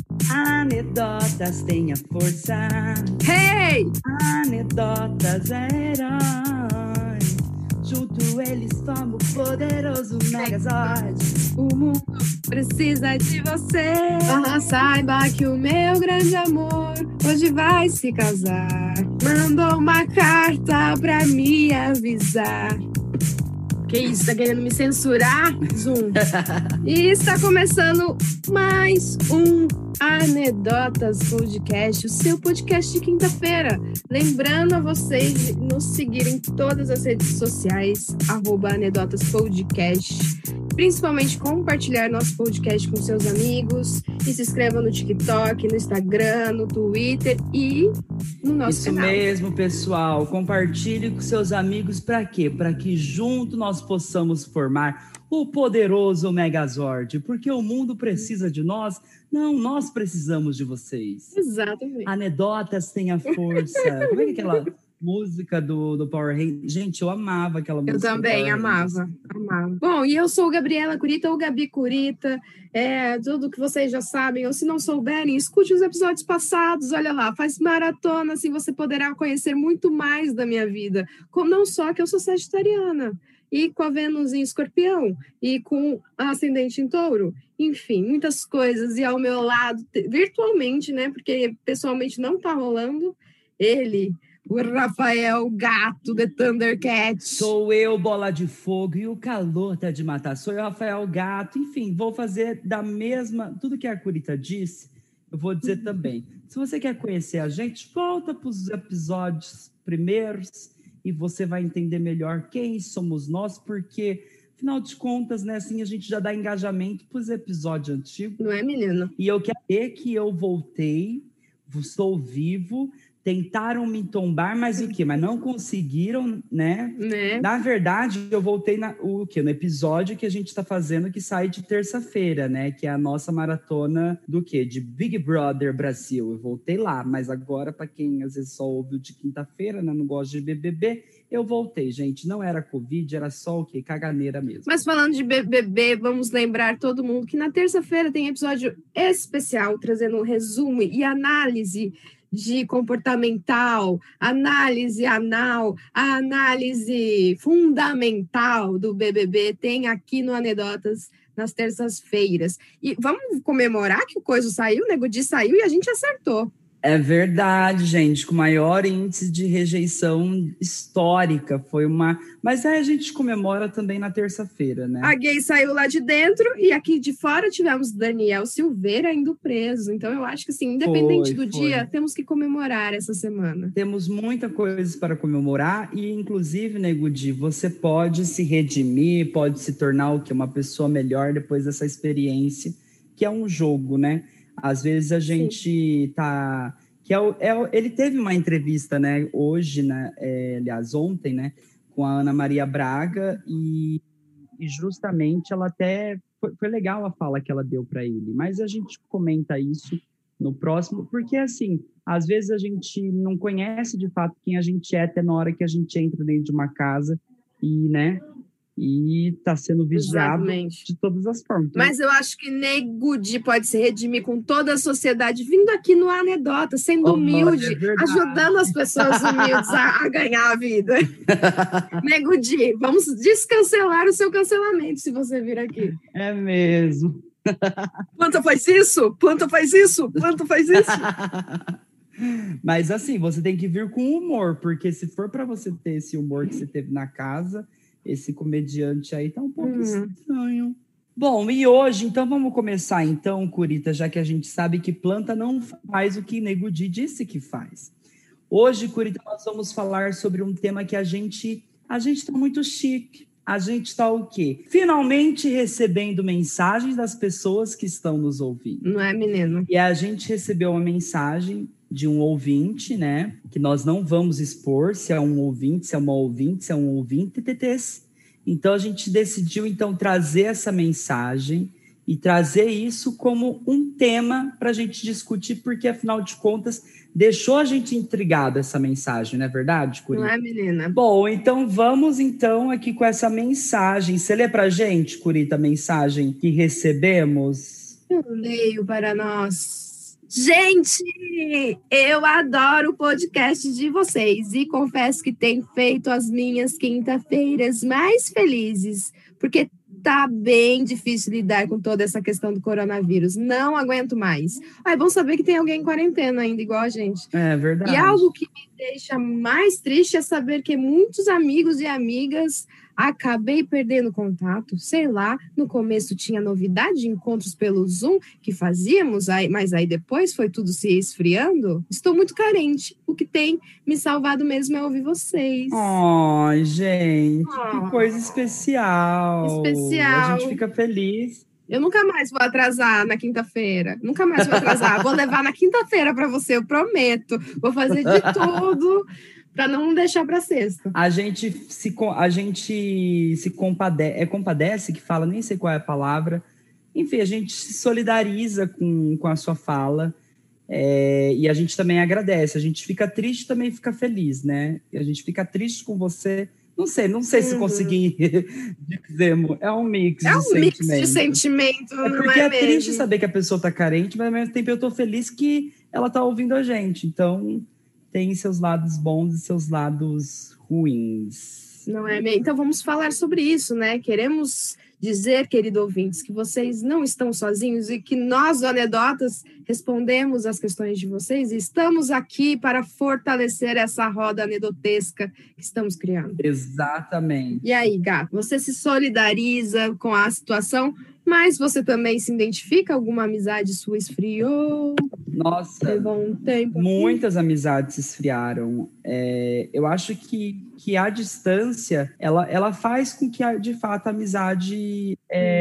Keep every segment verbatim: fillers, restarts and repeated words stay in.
Anedotas têm a força. Hey! Anedotas é herói. Junto eles formam o poderoso Megazord. O mundo precisa de você. Ah, saiba que o meu grande amor hoje vai se casar. Mandou uma carta pra me avisar. Que isso, tá querendo me censurar? Zoom. E está começando mais um Anedotas Podcast, o seu podcast de quinta-feira. Lembrando a vocês de nos seguirem em todas as redes sociais, arroba Anedotas Podcast. Principalmente compartilhar nosso podcast com seus amigos. E se inscreva no TikTok, no Instagram, no Twitter e no nosso Isso canal. Isso mesmo, pessoal. Compartilhe com seus amigos para quê? Para que junto nós possamos formar o poderoso Megazord. Porque o mundo precisa de nós. Não, nós precisamos de vocês. Exatamente. Anedotas têm a força. Como é que é aquela música do, do Power Rangers? Gente, eu amava aquela música. Eu também amava, amava. Bom, e eu sou Gabriela Curita ou Gabi Curita. É, tudo que vocês já sabem, ou se não souberem, escute os episódios passados, olha lá, faz maratona, assim você poderá conhecer muito mais da minha vida. Como não só que eu sou sagitariana, e com a Vênus em Escorpião, e com a ascendente em Touro, enfim, muitas coisas. E ao meu lado, virtualmente, né, porque pessoalmente não tá rolando, ele... o Rafael Gato, The Thundercat. Sou eu, Bola de Fogo, e o calor tá de matar. Sou eu, Rafael Gato. Enfim, vou fazer da mesma... Tudo que a Curita disse, eu vou dizer também. Se você quer conhecer a gente, volta para os episódios primeiros e você vai entender melhor quem somos nós, porque, afinal de contas, né, assim, a gente já dá engajamento para os episódios antigos. Não é, menino? E eu quero ver que eu voltei, estou vivo... Tentaram me tombar, mas o quê? Mas não conseguiram, né? né? Na verdade, eu voltei na, o quê? No episódio que a gente está fazendo, que sai de terça-feira, né? Que é a nossa maratona do quê? De Big Brother Brasil. Eu voltei lá, mas agora, para quem às vezes só ouviu de quinta-feira, né? Não gosta de B B B, eu voltei, gente. Não era Covid, era só o quê? Caganeira mesmo. Mas falando de B B B, vamos lembrar todo mundo que na terça-feira tem episódio especial, trazendo um resumo e análise de comportamental, análise anal, a análise fundamental do B B B tem aqui no Anedotas nas terças-feiras. E vamos comemorar que o coisa saiu, o Nego Di saiu e a gente acertou. É verdade, gente, com maior índice de rejeição histórica, foi uma... Mas aí a gente comemora também na terça-feira, né? A gay saiu lá de dentro e aqui de fora tivemos Daniel Silveira indo preso. Então eu acho que, assim, independente foi, do foi. dia, temos que comemorar essa semana. Temos muita coisa para comemorar e, inclusive, Nego Di, você pode se redimir, pode se tornar o quê? Uma pessoa melhor depois dessa experiência, que é um jogo, né? Às vezes a gente Sim. tá... Que é o, é o, ele teve uma entrevista, né, hoje, né, é, aliás, ontem, né, com a Ana Maria Braga e, e justamente ela até... Foi, foi legal a fala que ela deu para ele, mas a gente comenta isso no próximo, porque, assim, às vezes a gente não conhece, de fato, quem a gente é até na hora que a gente entra dentro de uma casa e, né... E está sendo vigiado Exatamente. De todas as formas. Mas eu acho que Nego Di pode se redimir com toda a sociedade, vindo aqui no Anedota, sendo oh, humilde, é ajudando as pessoas humildes a, a ganhar a vida. Nego Di, vamos descancelar o seu cancelamento se você vir aqui. É mesmo. Planta faz isso, planta faz isso, planta faz isso. Mas assim, você tem que vir com humor, porque se for para você ter esse humor que você teve na casa... Esse comediante aí tá um pouco uhum. estranho. Bom, e hoje, então, vamos começar, então, Curita, já que a gente sabe que planta não faz o que Nego Di disse que faz. Hoje, Curita, nós vamos falar sobre um tema que a gente... A gente tá muito chique. A gente tá o quê? Finalmente recebendo mensagens das pessoas que estão nos ouvindo. Não é, menino? E a gente recebeu uma mensagem... de um ouvinte, né, que nós não vamos expor se é um ouvinte, se é uma ouvinte, se é um ouvinte, T T's. Então, a gente decidiu, então, trazer essa mensagem e trazer isso como um tema para a gente discutir, porque, afinal de contas, deixou a gente intrigado essa mensagem, não é verdade, Curita? Não é, menina? Bom, então, vamos, então, aqui com essa mensagem. Você lê para a gente, Curita, a mensagem que recebemos? Eu leio para nós. Gente, eu adoro o podcast de vocês e confesso que tem feito as minhas quinta-feiras mais felizes, porque tá bem difícil lidar com toda essa questão do coronavírus. Não aguento mais. Ah, é bom saber que tem alguém em quarentena ainda, igual a gente. É verdade. E algo que me deixa mais triste é saber que muitos amigos e amigas acabei perdendo contato, sei lá, no começo tinha novidade de encontros pelo Zoom que fazíamos, aí, mas aí depois foi tudo se esfriando. Estou muito carente. O que tem me salvado mesmo é ouvir vocês. Ai, oh, gente, oh, que coisa especial. Especial. A gente fica feliz. Eu nunca mais vou atrasar na quinta-feira. Nunca mais vou atrasar. Vou levar na quinta-feira para você, eu prometo. Vou fazer de tudo para não deixar para sexta. A gente se a gente se compadece, é compadece que fala, nem sei qual é a palavra. Enfim, a gente se solidariza com, com a sua fala. É, e a gente também agradece. A gente fica triste, também fica feliz, né? E a gente fica triste com você. Não sei, não sei uhum. se consegui dizer. É um mix é de um sentimento. mix de sentimento. É porque é, é mesmo. triste saber que a pessoa tá carente, mas ao mesmo tempo eu tô feliz que ela tá ouvindo a gente. Então, tem seus lados bons e seus lados ruins. Não é mesmo? Então, vamos falar sobre isso, né? Queremos dizer, querido ouvintes, que vocês não estão sozinhos e que nós, do Anedotas, respondemos as questões de vocês e estamos aqui para fortalecer essa roda anedotesca que estamos criando. Exatamente. E aí, Gato, você se solidariza com a situação, mas você também se identifica? Alguma amizade sua esfriou? Nossa, levou um tempo muitas aqui. Amizades se esfriaram. É, eu acho que, que a distância, ela, ela faz com que, de fato, a amizade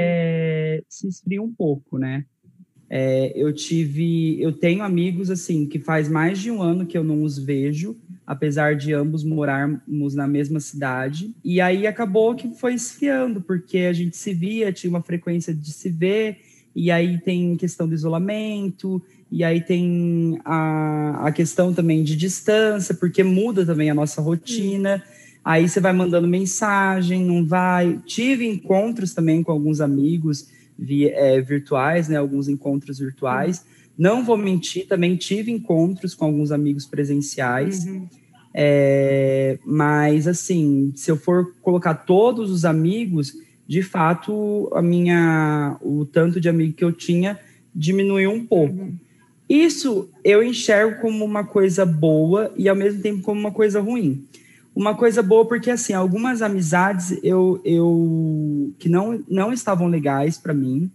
é, se esfrie um pouco, né? É, eu tive, eu tenho amigos, assim, que faz mais de um ano que eu não os vejo, apesar de ambos morarmos na mesma cidade. E aí acabou que foi esfriando, porque a gente se via, tinha uma frequência de se ver, e aí tem questão do isolamento, e aí tem a, a questão também de distância, porque muda também a nossa rotina. Sim. Aí você vai mandando mensagem, não vai. Tive encontros também com alguns amigos via, é, virtuais, né? Alguns encontros virtuais. Uhum. Não vou mentir, também tive encontros com alguns amigos presenciais. Uhum. É, mas, assim, se eu for colocar todos os amigos, de fato, a minha, o tanto de amigo que eu tinha diminuiu um pouco. Uhum. Isso eu enxergo como uma coisa boa e, ao mesmo tempo, como uma coisa ruim. Uma coisa boa porque, assim, algumas amizades eu, eu, que não, não estavam legais para mim,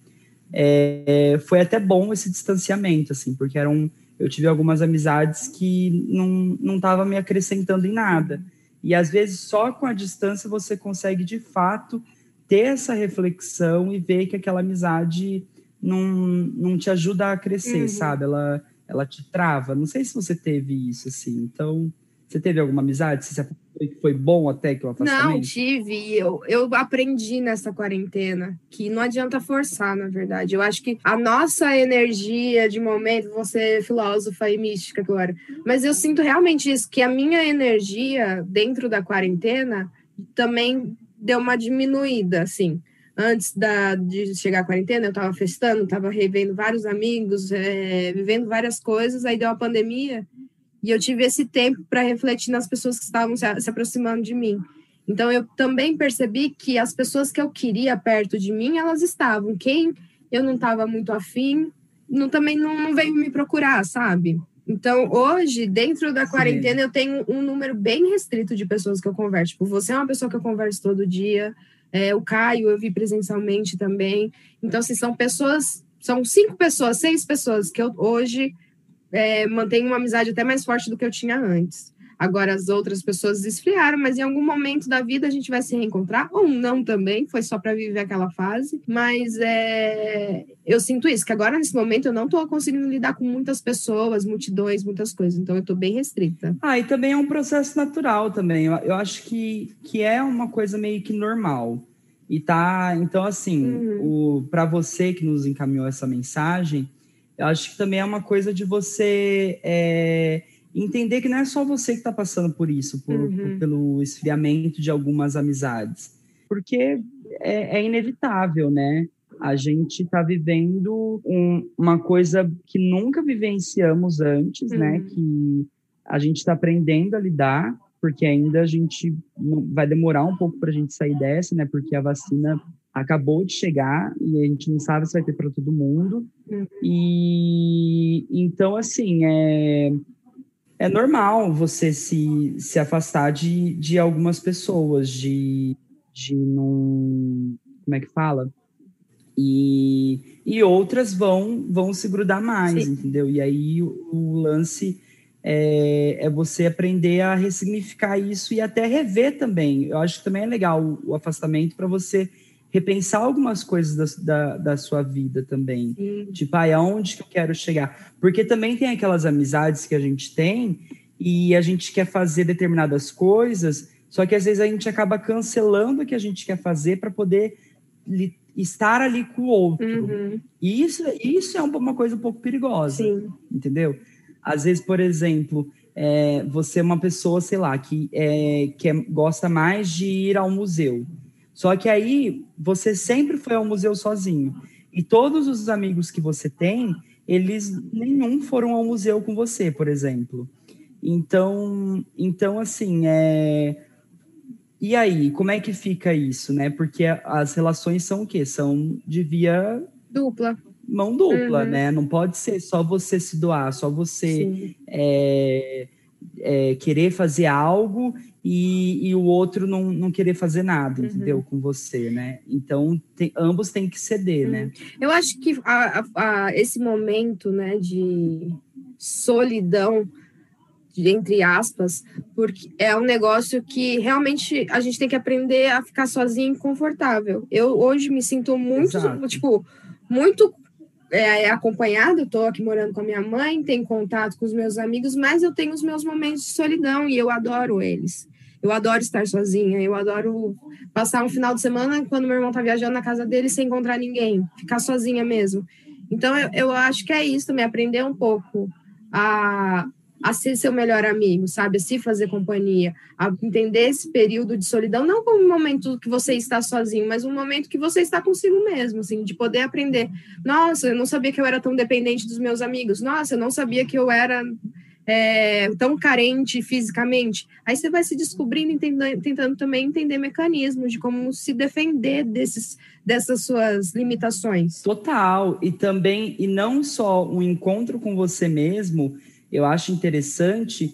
é, foi até bom esse distanciamento, assim, porque eram, eu tive algumas amizades que não estavam me acrescentando em nada. E, às vezes, só com a distância você consegue, de fato, ter essa reflexão e ver que aquela amizade não, não te ajuda a crescer, uhum. sabe? Ela, ela te trava. Não sei se você teve isso, assim. Então, você teve alguma amizade? Você que foi bom até que o afastamento? Não, tive. Eu, eu aprendi nessa quarentena que não adianta forçar, na verdade. Eu acho que a nossa energia de momento, você é filósofa e mística agora, mas eu sinto realmente isso, que a minha energia dentro da quarentena também deu uma diminuída, assim. Antes da, de chegar a quarentena, eu estava festando, estava revendo vários amigos, é, vivendo várias coisas, aí deu a pandemia e eu tive esse tempo para refletir nas pessoas que estavam se, se aproximando de mim. Então, eu também percebi que as pessoas que eu queria perto de mim, elas estavam. Quem eu não estava muito afim, não, também não, não veio me procurar, sabe? Então, hoje, dentro da quarentena, Sim. eu tenho um número bem restrito de pessoas que eu converso. Tipo, você é uma pessoa que eu converso todo dia, é, o Caio eu vi presencialmente também. Então, assim, são pessoas, são cinco pessoas, seis pessoas que eu hoje é, mantenho uma amizade até mais forte do que eu tinha antes. Agora, as outras pessoas esfriaram, mas em algum momento da vida a gente vai se reencontrar, ou não também, foi só para viver aquela fase. Mas é, eu sinto isso, que agora, nesse momento, eu não estou conseguindo lidar com muitas pessoas, multidões, muitas coisas. Então, eu estou bem restrita. Ah, e também é um processo natural também. Eu, eu acho que, que é uma coisa meio que normal. E tá, então, assim, uhum. para você que nos encaminhou essa mensagem, eu acho que também é uma coisa de você... É, entender que não é só você que está passando por isso, por, uhum. por, pelo esfriamento de algumas amizades. Porque é, é inevitável, né? A gente está vivendo um, uma coisa que nunca vivenciamos antes, uhum. né? Que a gente está aprendendo a lidar, porque ainda a gente não, vai demorar um pouco para a gente sair dessa, né? Porque a vacina acabou de chegar e a gente não sabe se vai ter para todo mundo. Uhum. E então, assim, é, é normal você se, se afastar de, de algumas pessoas, de, de não... Como é que fala? E, e outras vão, vão se grudar mais, Sim. entendeu? E aí o, o lance é, é você aprender a ressignificar isso e até rever também. Eu acho que também é legal o, o afastamento para você repensar algumas coisas da, da, da sua vida também. Sim. Tipo, ah, aonde que eu quero chegar? Porque também tem aquelas amizades que a gente tem e a gente quer fazer determinadas coisas, só que às vezes a gente acaba cancelando o que a gente quer fazer para poder li, estar ali com o outro. Uhum. E isso, isso é uma coisa um pouco perigosa, Sim. entendeu? Às vezes, por exemplo, é, você é uma pessoa, sei lá, que, é, que é, gosta mais de ir ao museu. Só que aí você sempre foi ao museu sozinho. E todos os amigos que você tem, eles nenhum foram ao museu com você, por exemplo. Então, então assim, é... e aí, como é que fica isso, né? Porque as relações são o quê? São de via... dupla. Mão dupla, uhum. né? Não pode ser só você se doar, só você é, é, querer fazer algo e, e o outro não, não querer fazer nada, uhum. entendeu? Com você, né? Então, tem, ambos têm que ceder, uhum. né? Eu acho que a, a, a, esse momento, né, de solidão, entre aspas, porque é um negócio que realmente a gente tem que aprender a ficar sozinho e confortável. Eu hoje me sinto muito, Exato. tipo, muito é, acompanhada. Eu tô aqui morando com a minha mãe, tenho contato com os meus amigos, mas eu tenho os meus momentos de solidão e eu adoro eles. Eu adoro estar sozinha, eu adoro passar um final de semana quando meu irmão tá viajando na casa dele sem encontrar ninguém, ficar sozinha mesmo. Então eu, eu acho que é isso também, aprender um pouco a a ser seu melhor amigo, sabe? A se fazer companhia, a entender esse período de solidão, não como um momento que você está sozinho, mas um momento que você está consigo mesmo, assim, de poder aprender. Nossa, eu não sabia que eu era tão dependente dos meus amigos. Nossa, eu não sabia que eu era é, tão carente fisicamente. Aí você vai se descobrindo, entendendo, tentando também entender mecanismos de como se defender desses, dessas suas limitações. Total. E também, e não só um encontro com você mesmo, eu acho interessante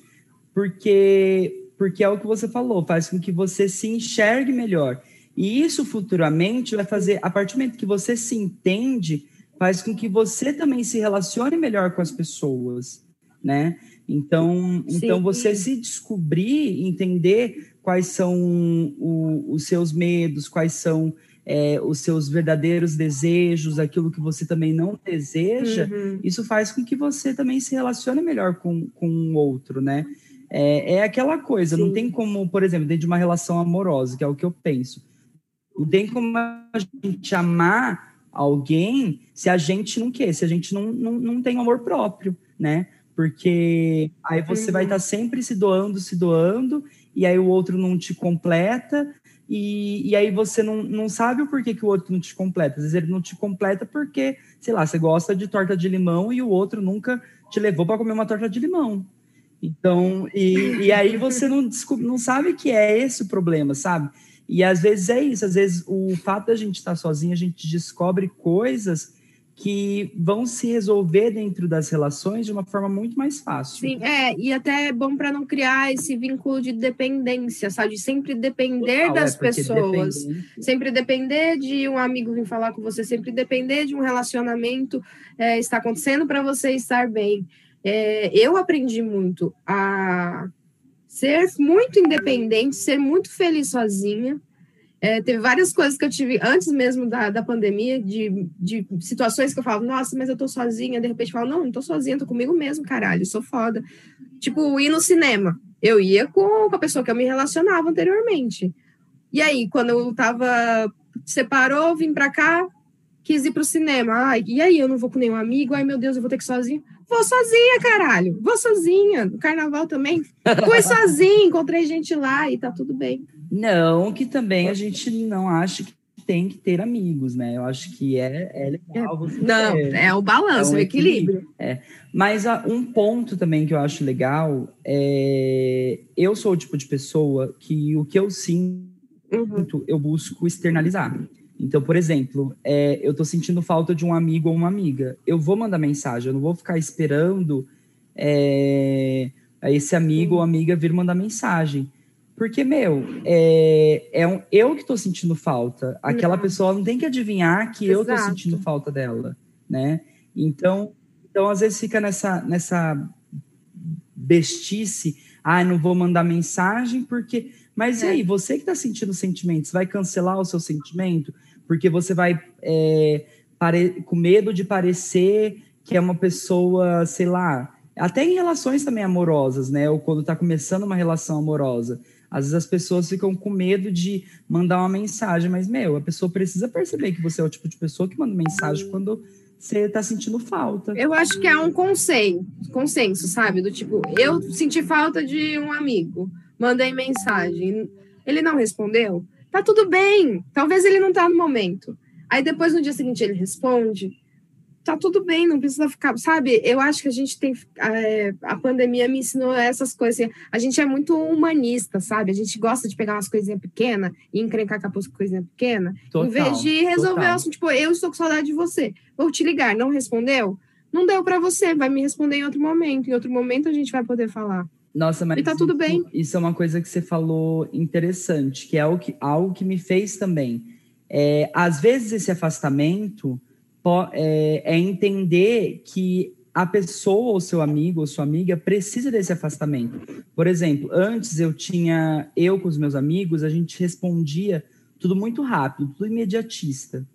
porque, porque é o que você falou, faz com que você se enxergue melhor. E isso futuramente vai fazer, a partir do momento que você se entende, faz com que você também se relacione melhor com as pessoas, né? Então, então você se descobrir, entender quais são o, os seus medos, quais são... É, os seus verdadeiros desejos, aquilo que você também não deseja, uhum. isso faz com que você também se relacione melhor com, com o outro, né? É, é aquela coisa, Sim. não tem como, por exemplo, dentro de uma relação amorosa, que é o que eu penso, não tem como a gente amar alguém se a gente não quer, se a gente não, não, não tem amor próprio, né? Porque aí você uhum. vai estar sempre se doando, se doando, e aí o outro não te completa, E, e aí você não, não sabe o porquê que o outro não te completa. Às vezes ele não te completa porque, sei lá, você gosta de torta de limão e o outro nunca te levou para comer uma torta de limão. Então, e, e aí você não, não sabe que é esse o problema, sabe? E às vezes é isso, às vezes o fato da gente estar sozinho, a gente descobre coisas que vão se resolver dentro das relações de uma forma muito mais fácil. Sim, é, e até é bom para não criar esse vínculo de dependência, sabe? Sempre depender Total, das é, pessoas, sempre depender de um amigo vir falar com você, sempre depender de um relacionamento é, estar acontecendo para você estar bem. É, eu aprendi muito a ser muito independente, ser muito feliz sozinha. É, teve várias coisas que eu tive antes mesmo da, da pandemia, de, de situações que eu falava, nossa, mas eu tô sozinha. De repente eu falo, não, não tô sozinha, tô comigo mesmo, caralho, eu sou foda. Tipo, ir no cinema. Eu ia com, com a pessoa que eu me relacionava anteriormente. E aí, quando eu tava, separou, vim pra cá, quis ir pro cinema. Ai, e aí, eu não vou com nenhum amigo? Ai, meu Deus, eu vou ter que ir sozinha. Vou sozinha, caralho. Vou sozinha. No carnaval também. Fui sozinha, encontrei gente lá e tá tudo bem. Não, que também a gente não acha que tem que ter amigos, né? Eu acho que é, é legal você Não, ter, é o balanço, é um o equilíbrio. equilíbrio. É. Mas uh, um ponto também que eu acho legal é... Eu sou o tipo de pessoa que o que eu sinto, uhum. eu busco externalizar. Então, por exemplo, é, eu tô sentindo falta de um amigo ou uma amiga. Eu vou mandar mensagem, eu não vou ficar esperando é, esse amigo uhum. ou amiga vir mandar mensagem. Porque, meu, é, é um, eu que tô sentindo falta. Aquela não. pessoa não tem que adivinhar que Exato. eu tô sentindo falta dela, né? Então, então às vezes fica nessa, nessa bestice. Ah, não vou mandar mensagem porque... Mas é. e aí, você que tá sentindo sentimentos, vai cancelar o seu sentimento? Porque você vai é, pare... com medo de parecer que é uma pessoa, sei lá... Até em relações também amorosas, né? Ou quando tá começando uma relação amorosa. Às vezes as pessoas ficam com medo de mandar uma mensagem, mas, meu, a pessoa precisa perceber que você é o tipo de pessoa que manda mensagem quando você tá sentindo falta. Eu acho que é um consenso, consenso, sabe? Do tipo, eu senti falta de um amigo, mandei mensagem, ele não respondeu, tá tudo bem, talvez ele não tá no momento. Aí depois, no dia seguinte, ele responde, tá tudo bem, não precisa ficar, sabe? Eu acho que a gente tem, é, a pandemia me ensinou essas coisas, assim, a gente é muito humanista, sabe? A gente gosta de pegar umas coisinhas pequenas e encrencar com a coisinha pequena, total, em vez de resolver, assim, tipo, eu estou com saudade de você, vou te ligar, não respondeu? Não deu pra você, vai me responder em outro momento, em outro momento a gente vai poder falar. Nossa, mas e tá tudo isso, bem. Isso é uma coisa que você falou interessante, que é algo que, algo que me fez também. É, às vezes esse afastamento É, é entender que a pessoa, ou seu amigo, ou sua amiga, precisa desse afastamento. Por exemplo, antes eu tinha, eu com os meus amigos, a gente respondia tudo muito rápido, tudo imediatista.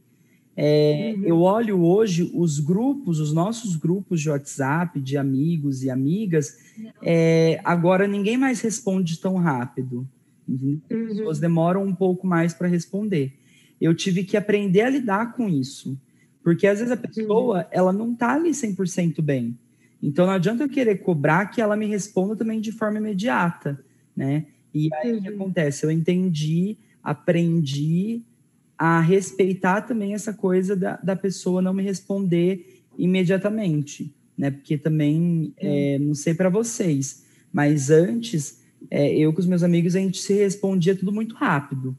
É, uhum. Eu olho hoje os grupos, os nossos grupos de WhatsApp, de amigos e amigas, é, agora ninguém mais responde tão rápido. Uhum. As pessoas demoram um pouco mais para responder. Eu tive que aprender a lidar com isso. Porque, às vezes, a pessoa, ela não tá ali cem por cento bem. Então, não adianta eu querer cobrar que ela me responda também de forma imediata, né? E aí, uhum. o que acontece? Eu entendi, aprendi a respeitar também essa coisa da, da pessoa não me responder imediatamente, né? Porque também, uhum. é, não sei para vocês, mas antes, é, eu com os meus amigos, a gente se respondia tudo muito rápido.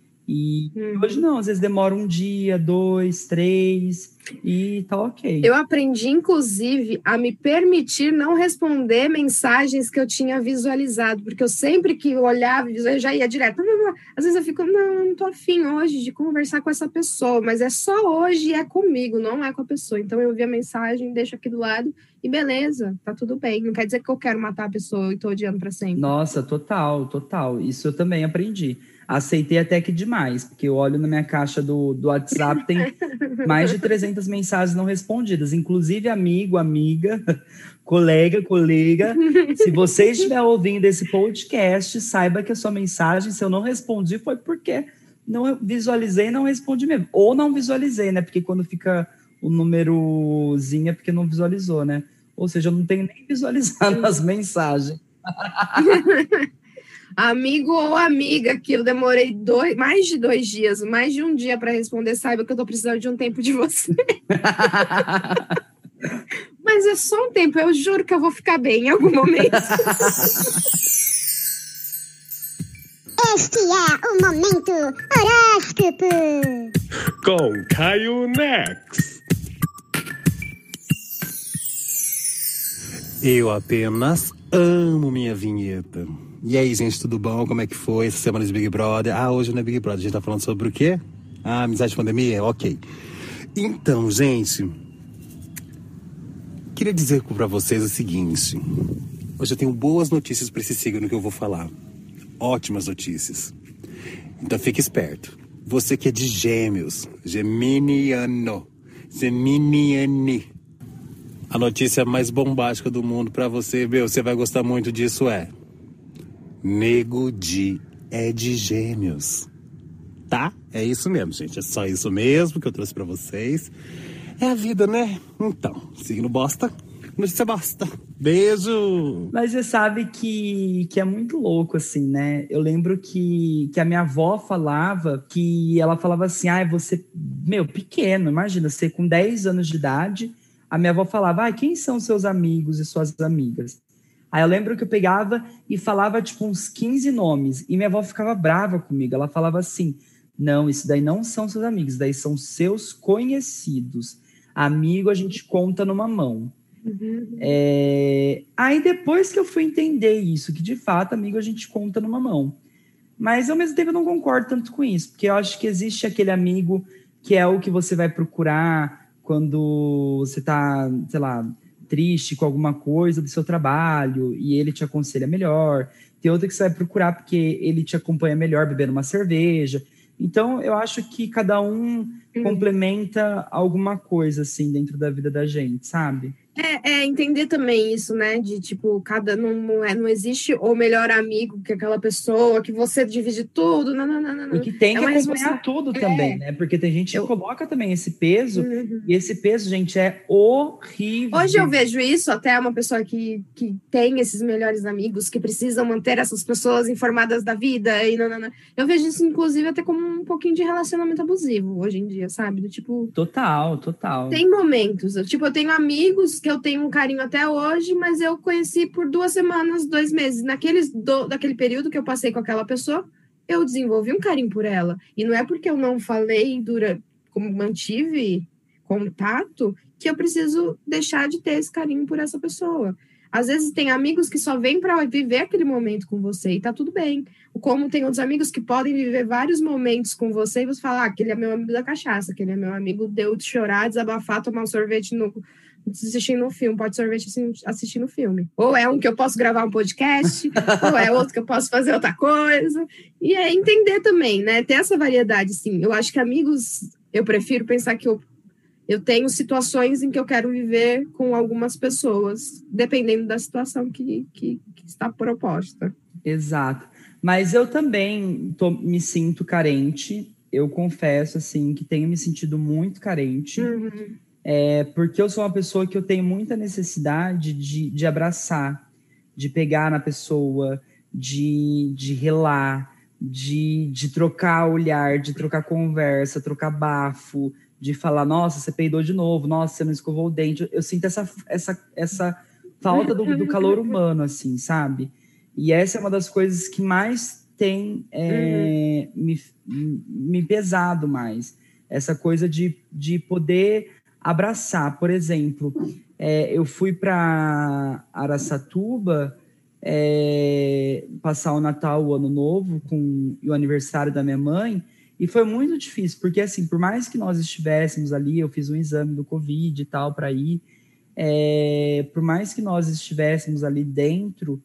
E uhum. hoje não, às vezes demora um dia, dois, três e tá ok. Eu aprendi, inclusive, a me permitir não responder mensagens que eu tinha visualizado, porque eu sempre que olhava, eu já ia direto. Às vezes eu fico, não, não tô afim hoje de conversar com essa pessoa, mas é só hoje e é comigo, não é com a pessoa. Então eu vi a mensagem, deixo aqui do lado e beleza, tá tudo bem. Não quer dizer que eu quero matar a pessoa e tô odiando pra sempre. Nossa, total, total. Isso eu também aprendi. Aceitei até que demais, porque eu olho na minha caixa do, do WhatsApp, tem mais de trezentas mensagens não respondidas, inclusive amigo, amiga, colega, colega. Se você estiver ouvindo esse podcast, saiba que a sua mensagem, se eu não respondi, foi porque não visualizei e não respondi mesmo. Ou não visualizei, né? Porque quando fica o númerozinho é porque não visualizou, né? Ou seja, eu não tenho nem visualizado as mensagens. Amigo ou amiga, que eu demorei dois, mais de dois dias, mais de um dia para responder, saiba que eu tô precisando de um tempo de você. Mas é só um tempo, eu juro que eu vou ficar bem em algum momento. Este é o Momento Horóscopo com Caio Nex. Eu apenas amo minha vinheta. E aí, gente, tudo bom? Como é que foi essa semana de Big Brother? Ah, hoje não é Big Brother, a gente tá falando sobre o quê? Ah, amizade e pandemia? Ok. Então, gente, queria dizer pra vocês o seguinte. Hoje eu tenho boas notícias pra esse signo que eu vou falar. Ótimas notícias. Então fique esperto. Você que é de Gêmeos, geminiano, geminiane. A notícia mais bombástica do mundo pra você, meu, você vai gostar muito disso, é... Nego Di é de Gêmeos, tá? É isso mesmo, gente. É só isso mesmo que eu trouxe pra vocês. É a vida, né? Então, signo bosta, Notícia basta. Beijo! Mas você sabe que, que é muito louco, assim, né? Eu lembro que, que a minha avó falava que ela falava assim, ah, você, meu, pequeno, imagina, você com dez anos de idade, a minha avó falava, ah, quem são seus amigos e suas amigas? Aí eu lembro que eu pegava e falava, tipo, uns quinze nomes, e minha avó ficava brava comigo, ela falava assim, não, isso daí não são seus amigos, isso daí são seus conhecidos. Amigo a gente conta numa mão. Uhum. É... Aí depois que eu fui entender isso, que de fato, amigo, a gente conta numa mão. Mas ao mesmo tempo eu não concordo tanto com isso, porque eu acho que existe aquele amigo que é o que você vai procurar quando você tá, sei lá, triste com alguma coisa do seu trabalho e ele te aconselha melhor. Tem outro que você vai procurar porque ele te acompanha melhor bebendo uma cerveja. Então, eu acho que cada um hum. complementa alguma coisa, assim, dentro da vida da gente, sabe? É, é entender também isso, né? De, tipo, cada... Não, não, é, não existe o melhor amigo que aquela pessoa, que você divide tudo, não, não, não, não. E que tem é que acompanhar responsa... tudo é. também, né? Porque tem gente que eu... coloca também esse peso, uhum. e esse peso, gente, é horrível. Hoje eu vejo isso, até uma pessoa que, que tem esses melhores amigos, que precisam manter essas pessoas informadas da vida, e não, não, não. Eu vejo isso, inclusive, até como um pouquinho de relacionamento abusivo, hoje em dia, sabe? Do tipo... Total, total. Tem momentos, eu, tipo, eu tenho amigos que eu tenho um carinho até hoje, mas eu conheci por duas semanas, dois meses. Naqueles, do, daquele período que eu passei com aquela pessoa, eu desenvolvi um carinho por ela. E não é porque eu não falei, dura, como mantive contato, que eu preciso deixar de ter esse carinho por essa pessoa. Às vezes tem amigos que só vêm para viver aquele momento com você e tá tudo bem. Como tem outros amigos que podem viver vários momentos com você e você fala, ah, aquele é meu amigo da cachaça, aquele é meu amigo deu de chorar, desabafar, tomar um sorvete no... assistindo um filme, pode sorvete assim, assistindo um filme. Ou é um que eu posso gravar um podcast, ou é outro que eu posso fazer outra coisa. E é entender também, né? Ter essa variedade, sim. Eu acho que amigos, eu prefiro pensar que eu, eu tenho situações em que eu quero viver com algumas pessoas, dependendo da situação que, que, que está proposta. Exato. Mas eu também tô, me sinto carente. Eu confesso, assim, que tenho me sentido muito carente. Uhum. É, porque eu sou uma pessoa que eu tenho muita necessidade de, de abraçar, de pegar na pessoa, de, de relar, de, de trocar olhar, de trocar conversa, trocar bafo, de falar, nossa, você peidou de novo, nossa, você não escovou o dente. Eu sinto essa, essa, essa falta do, do calor humano, assim, sabe? E essa é uma das coisas que mais tem é, uhum. me, me pesado mais. Essa coisa de, de poder... abraçar, por exemplo, é, eu fui para Araçatuba é, passar o Natal, o Ano Novo com e o aniversário da minha mãe, e foi muito difícil, porque assim, por mais que nós estivéssemos ali, eu fiz um exame do Covid e tal para ir, é, por mais que nós estivéssemos ali dentro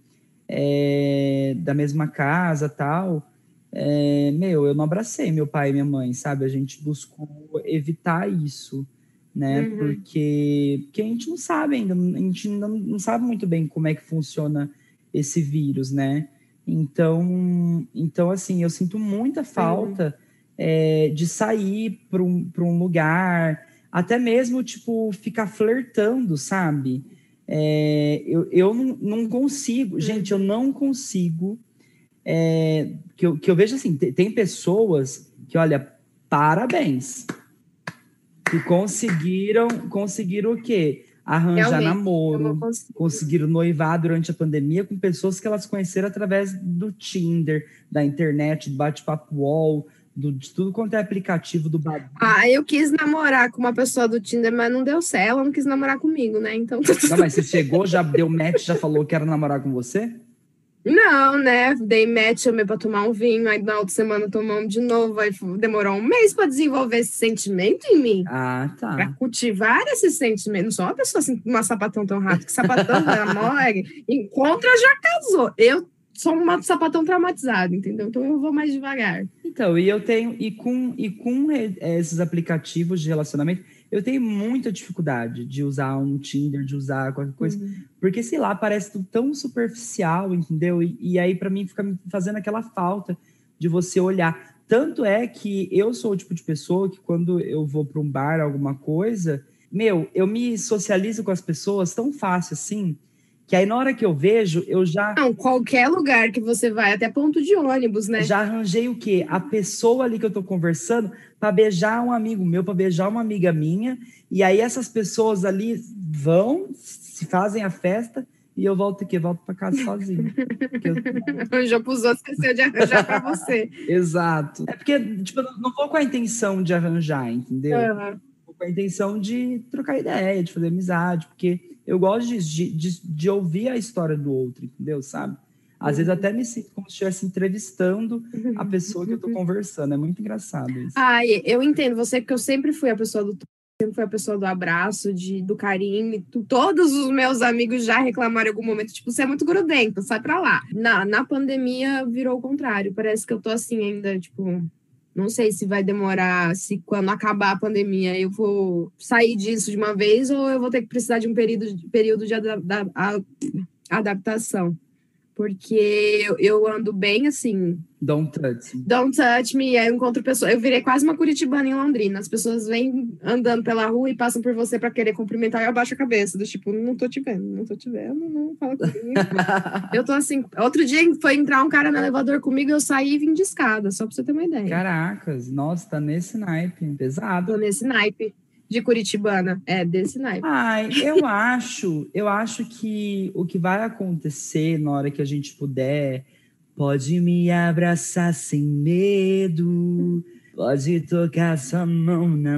é, da mesma casa tal, é, meu, eu não abracei meu pai e minha mãe, sabe? A gente buscou evitar isso, né? Uhum. Porque, porque a gente não sabe ainda, a gente não, não sabe muito bem como é que funciona esse vírus, né? Então, então assim, eu sinto muita falta uhum. é, de sair para um, para um lugar, até mesmo, tipo, ficar flertando, sabe? É, eu eu não, não consigo, uhum. gente, eu não consigo, é, que, eu, que eu vejo assim, tem, tem pessoas que, olha, parabéns, que conseguiram, conseguiram o quê? Arranjar Realmente, namoro, conseguiram noivar durante a pandemia com pessoas que elas conheceram através do Tinder, da internet, do bate-papo wall, do, de tudo quanto é aplicativo do Badu. Ah, eu quis namorar com uma pessoa do Tinder, mas não deu certo, ela não quis namorar comigo, né? Então... Não, mas você chegou, já deu match, já falou que era namorar com você? Não, né? Dei match, chamei pra tomar um vinho, aí na outra semana tomamos de novo, aí demorou um mês pra desenvolver esse sentimento em mim. Ah, tá. Pra cultivar esse sentimento. Não sou uma pessoa assim, uma sapatão tão rápido, que sapatão namora, encontra, já casou. Eu sou uma sapatão traumatizada, entendeu? Então eu vou mais devagar. Então, e eu tenho, e com, e com esses aplicativos de relacionamento, eu tenho muita dificuldade de usar um Tinder, de usar qualquer coisa, uhum. porque, sei lá, parece tudo tão superficial, entendeu? E, e aí, para mim, fica me fazendo aquela falta de você olhar. Tanto é que eu sou o tipo de pessoa que, quando eu vou para um bar, alguma coisa, meu, eu me socializo com as pessoas tão fácil assim, que aí na hora que eu vejo, eu já... Não, qualquer lugar que você vai, até ponto de ônibus, né? Já arranjei o quê? A pessoa ali que eu tô conversando para beijar um amigo meu, para beijar uma amiga minha, e aí essas pessoas ali vão, se fazem a festa, e eu volto aqui, volto para casa sozinho. Eu... Arranjou pros outros, esqueceu de arranjar para você. Exato. É porque, tipo, eu não vou com a intenção de arranjar, entendeu? Uhum. Vou com a intenção de trocar ideia, de fazer amizade, porque eu gosto de, de, de ouvir a história do outro, entendeu? Sabe? Às uhum. vezes até me sinto como se estivesse entrevistando a pessoa que eu tô conversando. É muito engraçado isso. Ah, eu entendo você, porque eu sempre fui a pessoa do sempre fui a pessoa do abraço, de, do carinho. Todos os meus amigos já reclamaram em algum momento, tipo, você é muito grudento, sai pra lá. Na, na pandemia virou o contrário. Parece que eu tô assim ainda, tipo... Não sei se vai demorar, se quando acabar a pandemia eu vou sair disso de uma vez ou eu vou ter que precisar de um período, período de ada, da, a, adaptação. Porque eu, eu ando bem assim... Don't touch me. Don't touch me. Aí eu encontro pessoas... Eu virei quase uma curitibana em Londrina. As pessoas vêm andando pela rua e passam por você para querer cumprimentar e eu abaixo a cabeça. Do tipo, não tô te vendo, não tô te vendo, não fala comigo. Eu tô assim... Outro dia foi entrar um cara no elevador comigo e eu saí e vim de escada, só pra você ter uma ideia. Caracas, nossa, tá nesse naipe. Pesado. Tô nesse naipe de curitibana. É, desse naipe. Ai, eu acho, eu acho que o que vai acontecer na hora que a gente puder, pode me abraçar sem medo, pode tocar sua mão na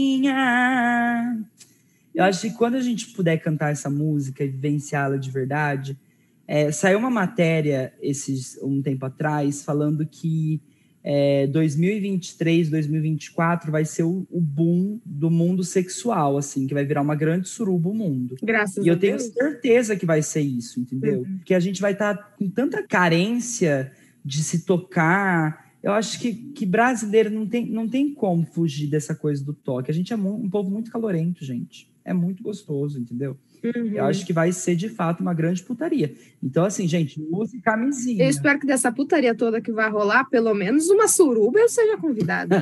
minha. Eu acho que quando a gente puder cantar essa música e vivenciá-la de verdade, é, saiu uma matéria esses, um tempo atrás falando que É, dois mil e vinte e três, dois mil e vinte e quatro vai ser o, o boom do mundo sexual, assim, que vai virar uma grande suruba o mundo. Graças a Deus. E eu tenho certeza que vai ser isso, entendeu? Uhum. Porque a gente vai estar tá com tanta carência de se tocar. Eu acho que, que brasileiro não tem, não tem como fugir dessa coisa do toque. A gente é um, um povo muito calorento, gente. É muito gostoso, entendeu? Uhum. Eu acho que vai ser, de fato, uma grande putaria. Então, assim, gente, use camisinha. Eu espero que dessa putaria toda que vai rolar, pelo menos uma suruba eu seja convidada.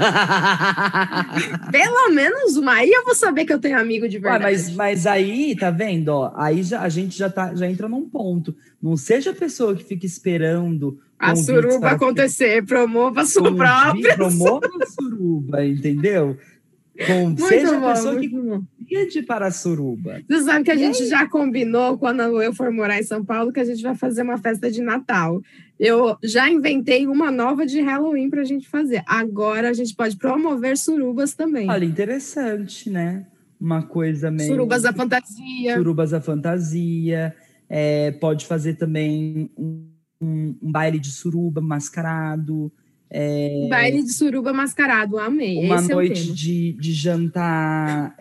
Pelo menos uma. Aí eu vou saber que eu tenho amigo de verdade. Ué, mas, mas aí, tá vendo? Ó, aí já, a gente já, tá, já entra num ponto. Não seja a pessoa que fica esperando a suruba acontecer. Promova a sua própria. Promova a suruba, entendeu? Com, muito seja bom, a pessoa que bom. pede para a suruba. Você sabe que a e gente aí? já combinou, quando eu for morar em São Paulo, que a gente vai fazer uma festa de Natal. Eu já inventei uma nova de Halloween pra gente fazer. Agora a gente pode promover surubas também. Olha, interessante, né? Uma coisa meio... Surubas da fantasia. Surubas da fantasia. É, pode fazer também um, um, um baile de suruba mascarado. É, baile de suruba mascarado, amei. Uma Esse noite é o de, de jantar,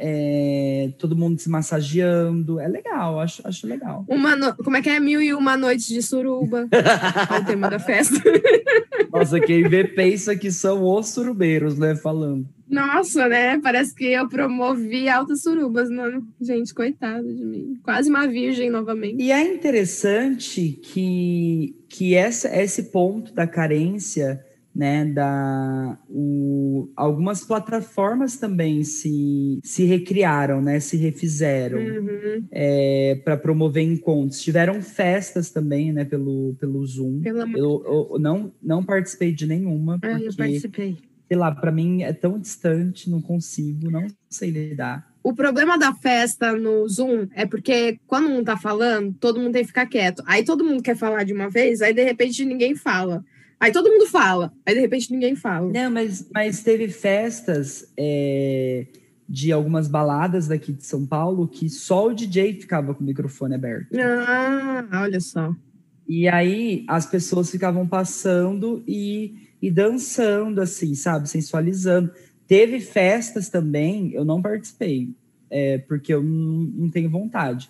é, todo mundo se massageando. É legal, acho, acho legal. Uma no... Como é que é? Mil e uma noites de suruba. É o tema da festa. Nossa, quem vê pensa que são os surubeiros, né? Falando. Nossa, né? Parece que eu promovi altas surubas. Não? Gente, coitada de mim. Quase uma virgem novamente. E é interessante que, que essa, esse ponto da carência... Né, da, o, algumas plataformas também se, se recriaram, né, se refizeram uhum. é, para promover encontros. Tiveram festas também, né, pelo, pelo Zoom. Pelo eu eu, eu não, não participei de nenhuma, porque, ah, eu participei. sei lá, para mim é tão distante, não consigo, não sei lidar. O problema da festa no Zoom é porque quando um tá falando, todo mundo tem que ficar quieto. Aí todo mundo quer falar de uma vez, aí de repente ninguém fala. Aí todo mundo fala, aí de repente ninguém fala. Não, mas, mas teve festas é, de algumas baladas daqui de São Paulo que só o D J ficava com o microfone aberto. Ah, olha só. E aí as pessoas ficavam passando e, e dançando, assim, sabe? Sensualizando. Teve festas também, eu não participei, é, porque eu não, não tenho vontade.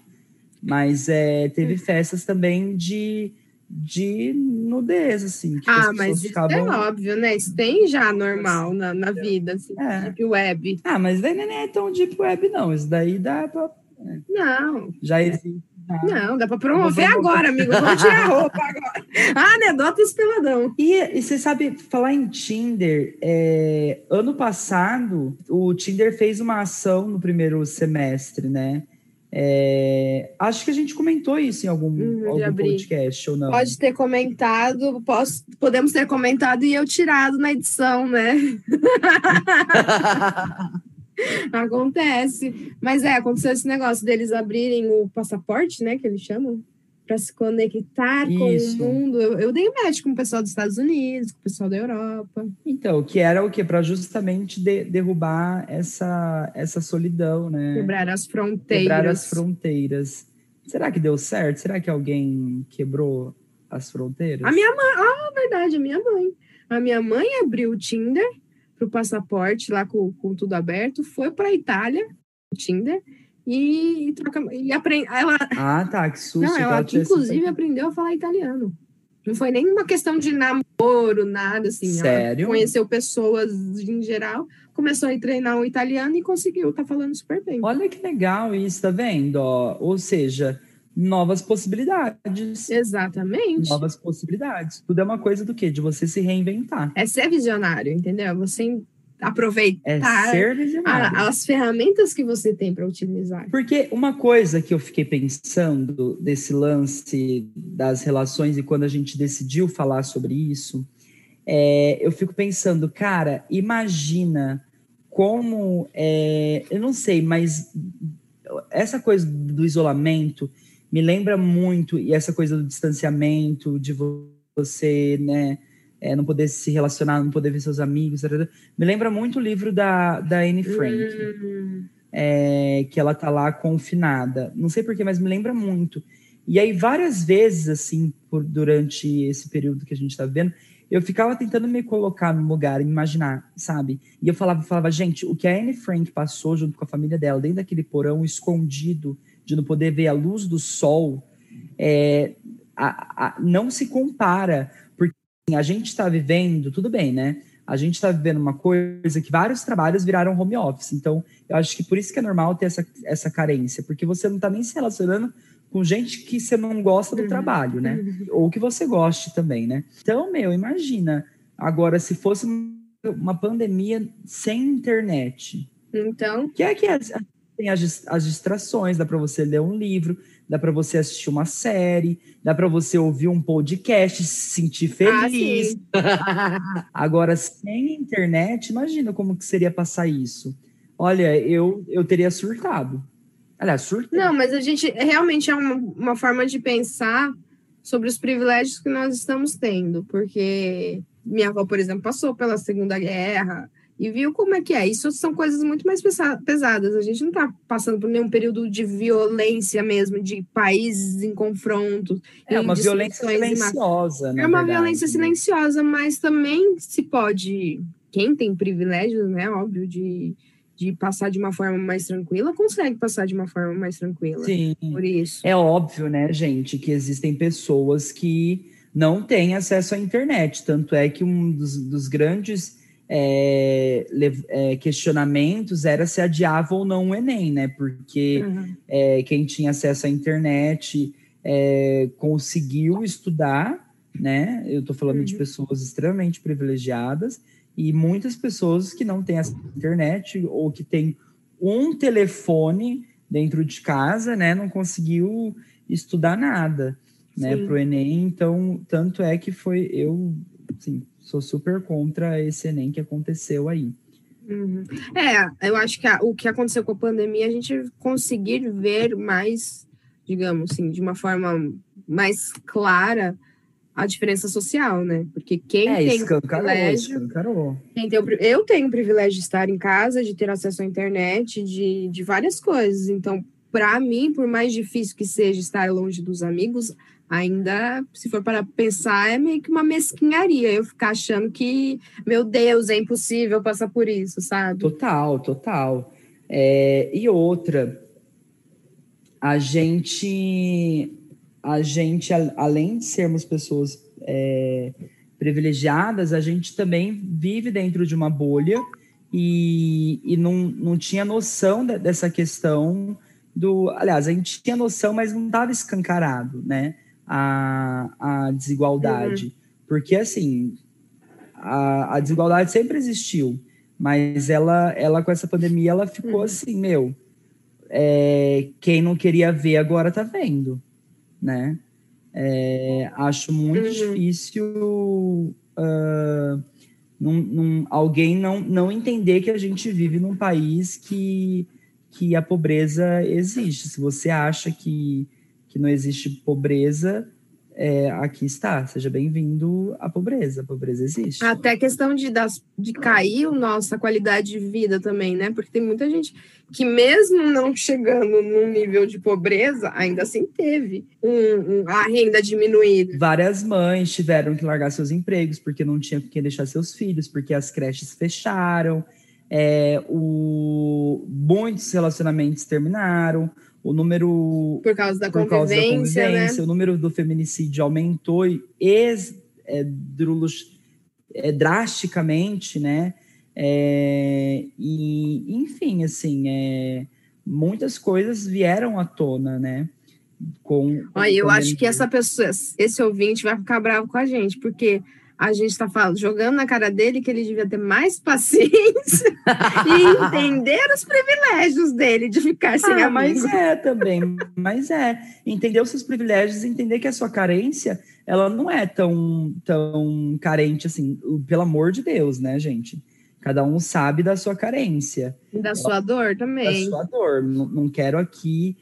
Mas é, teve festas também de... de nudez, assim. Que ah, mas isso ficavam... é óbvio, né? Isso tem já normal na, na vida, assim, é. Deep Web. Ah, mas daí não é tão Deep Web, não. Isso daí dá pra... É. Não. Já existe. Já. Não, dá pra promover agora, amigo. Vamos tirar a roupa agora. Ah, anedotas peladão. E, e você sabe, falar em Tinder, é, ano passado, o Tinder fez uma ação no primeiro semestre, né? É, acho que a gente comentou isso em algum, Uhum, algum podcast, ou não? Pode ter comentado, posso, podemos ter comentado e eu tirado na edição, né? Acontece. Mas é, aconteceu esse negócio deles abrirem o passaporte, né, que eles chamam, para se conectar Isso. com o mundo. Eu, eu dei match com o pessoal dos Estados Unidos, com o pessoal da Europa. Então, que era o quê? Para justamente de, derrubar essa, essa solidão, né? Quebrar as fronteiras. Quebrar as fronteiras. Será que deu certo? Será que alguém quebrou as fronteiras? A minha mãe, ah, verdade, a minha mãe. A minha mãe abriu o Tinder pro passaporte lá com, com tudo aberto, foi para a Itália, o Tinder, e, e, troca, e aprende, ela... Ah, tá, que susto. Não, ela inclusive aprendeu a falar italiano. Não foi nem uma questão de namoro, nada assim. Sério? Ela conheceu pessoas em geral, começou a treinar o italiano e conseguiu, tá falando super bem. Olha que legal isso, tá vendo? Ó, ou seja, novas possibilidades. Exatamente. Novas possibilidades. Tudo é uma coisa do quê? De você se reinventar. É ser visionário, entendeu? Você aproveitar é ser visionário. A, as ferramentas que você tem para utilizar. Porque uma coisa que eu fiquei pensando desse lance das relações e quando a gente decidiu falar sobre isso, é, eu fico pensando, cara, imagina como, é, eu não sei, mas essa coisa do isolamento me lembra muito, e essa coisa do distanciamento, de você, né, é, não poder se relacionar, não poder ver seus amigos, me lembra muito o livro da, da Anne Frank, hum. é, que ela tá lá confinada. Não sei porquê, mas me lembra muito. E aí, várias vezes, assim, por, durante esse período que a gente tá vivendo, eu ficava tentando me colocar no lugar, imaginar, sabe? E eu falava, falava, gente, o que a Anne Frank passou junto com a família dela, dentro daquele porão escondido, de não poder ver a luz do sol, é, a, a, não se compara. Porque assim, a gente está vivendo, tudo bem, né? A gente está vivendo uma coisa que vários trabalhos viraram home office. Então, eu acho que por isso que é normal ter essa, essa carência. Porque você não está nem se relacionando com gente que você não gosta do uhum. trabalho, né? Uhum. Ou que você goste também, né? Então, meu, imagina. Agora, se fosse uma pandemia sem internet. Então... Que é que é... Tem as, as distrações, dá para você ler um livro, dá para você assistir uma série, dá para você ouvir um podcast, se sentir feliz. Ah, agora, sem internet, imagina como que seria passar isso. Olha, eu, eu teria surtado. Aliás, surtei. Não, mas a gente realmente é uma, uma forma de pensar sobre os privilégios que nós estamos tendo, porque minha avó, por exemplo, passou pela Segunda Guerra, e viu como é que é. Isso são coisas muito mais pesadas. A gente não está passando por nenhum período de violência mesmo, de países em confronto. É uma violência silenciosa, né? É uma violência silenciosa, mas também se pode... Quem tem privilégio, né, óbvio, de, de passar de uma forma mais tranquila, consegue passar de uma forma mais tranquila. Sim. Por isso. É óbvio, né, gente, que existem pessoas que não têm acesso à internet. Tanto é que um dos, dos grandes... É, é, questionamentos era se adiava ou não o Enem, né? Porque uhum. é, quem tinha acesso à internet é, conseguiu estudar, né? Eu estou falando uhum. de pessoas extremamente privilegiadas e muitas pessoas que não têm acesso à internet ou que têm um telefone dentro de casa, né? Não conseguiu estudar nada, né? Para o Enem. Então, tanto é que foi eu, assim, sou super contra esse Enem que aconteceu aí. Uhum. É, eu acho que a, o que aconteceu com a pandemia, a gente conseguir ver mais, digamos assim, de uma forma mais clara a diferença social, né? Porque quem é, tem escancarou, privilégio... escancarou. Quem tem, eu tenho o privilégio de estar em casa, de ter acesso à internet, de, de várias coisas. Então, para mim, por mais difícil que seja estar longe dos amigos... Ainda, se for para pensar, é meio que uma mesquinharia eu ficar achando que, meu Deus, é impossível passar por isso, sabe? Total, total. É, e outra, a gente, a gente, além de sermos pessoas é, privilegiadas, a gente também vive dentro de uma bolha e, e não, não tinha noção de, dessa questão do... Aliás, a gente tinha noção, mas não estava escancarado, né? a, a desigualdade. Uhum. Porque, assim, a, a desigualdade sempre existiu, mas ela, ela com essa pandemia, ela ficou uhum. assim, meu, é, quem não queria ver agora tá vendo, né? É, acho muito uhum. difícil uh, num, num, alguém não, não entender que a gente vive num país que, que a pobreza existe. Se você acha que, que não existe pobreza, é, aqui está, seja bem-vindo à pobreza, a pobreza existe. Até a questão de, das, de cair a nossa qualidade de vida também, né? Porque tem muita gente que mesmo não chegando num nível de pobreza, ainda assim teve um, um, a renda diminuída. Várias mães tiveram que largar seus empregos porque não tinha com quem deixar seus filhos, porque as creches fecharam, é, o, muitos relacionamentos terminaram, o número... Por causa da, por convivência, causa da convivência, né? O número do feminicídio aumentou ex, é, drulux, é, drasticamente, né? É, e, enfim, assim, é, muitas coisas vieram à tona, né? Com, Olha, eu acho que essa pessoa, esse ouvinte vai ficar bravo com a gente, porque a gente está jogando na cara dele que ele devia ter mais paciência e entender os privilégios dele de ficar sem ah, amigo. Mas é também, mas é. Entender os seus privilégios, entender que a sua carência, ela não é tão, tão carente assim, pelo amor de Deus, né, gente? Cada um sabe da sua carência. E da sua dor também. Da sua dor. Não, não quero aqui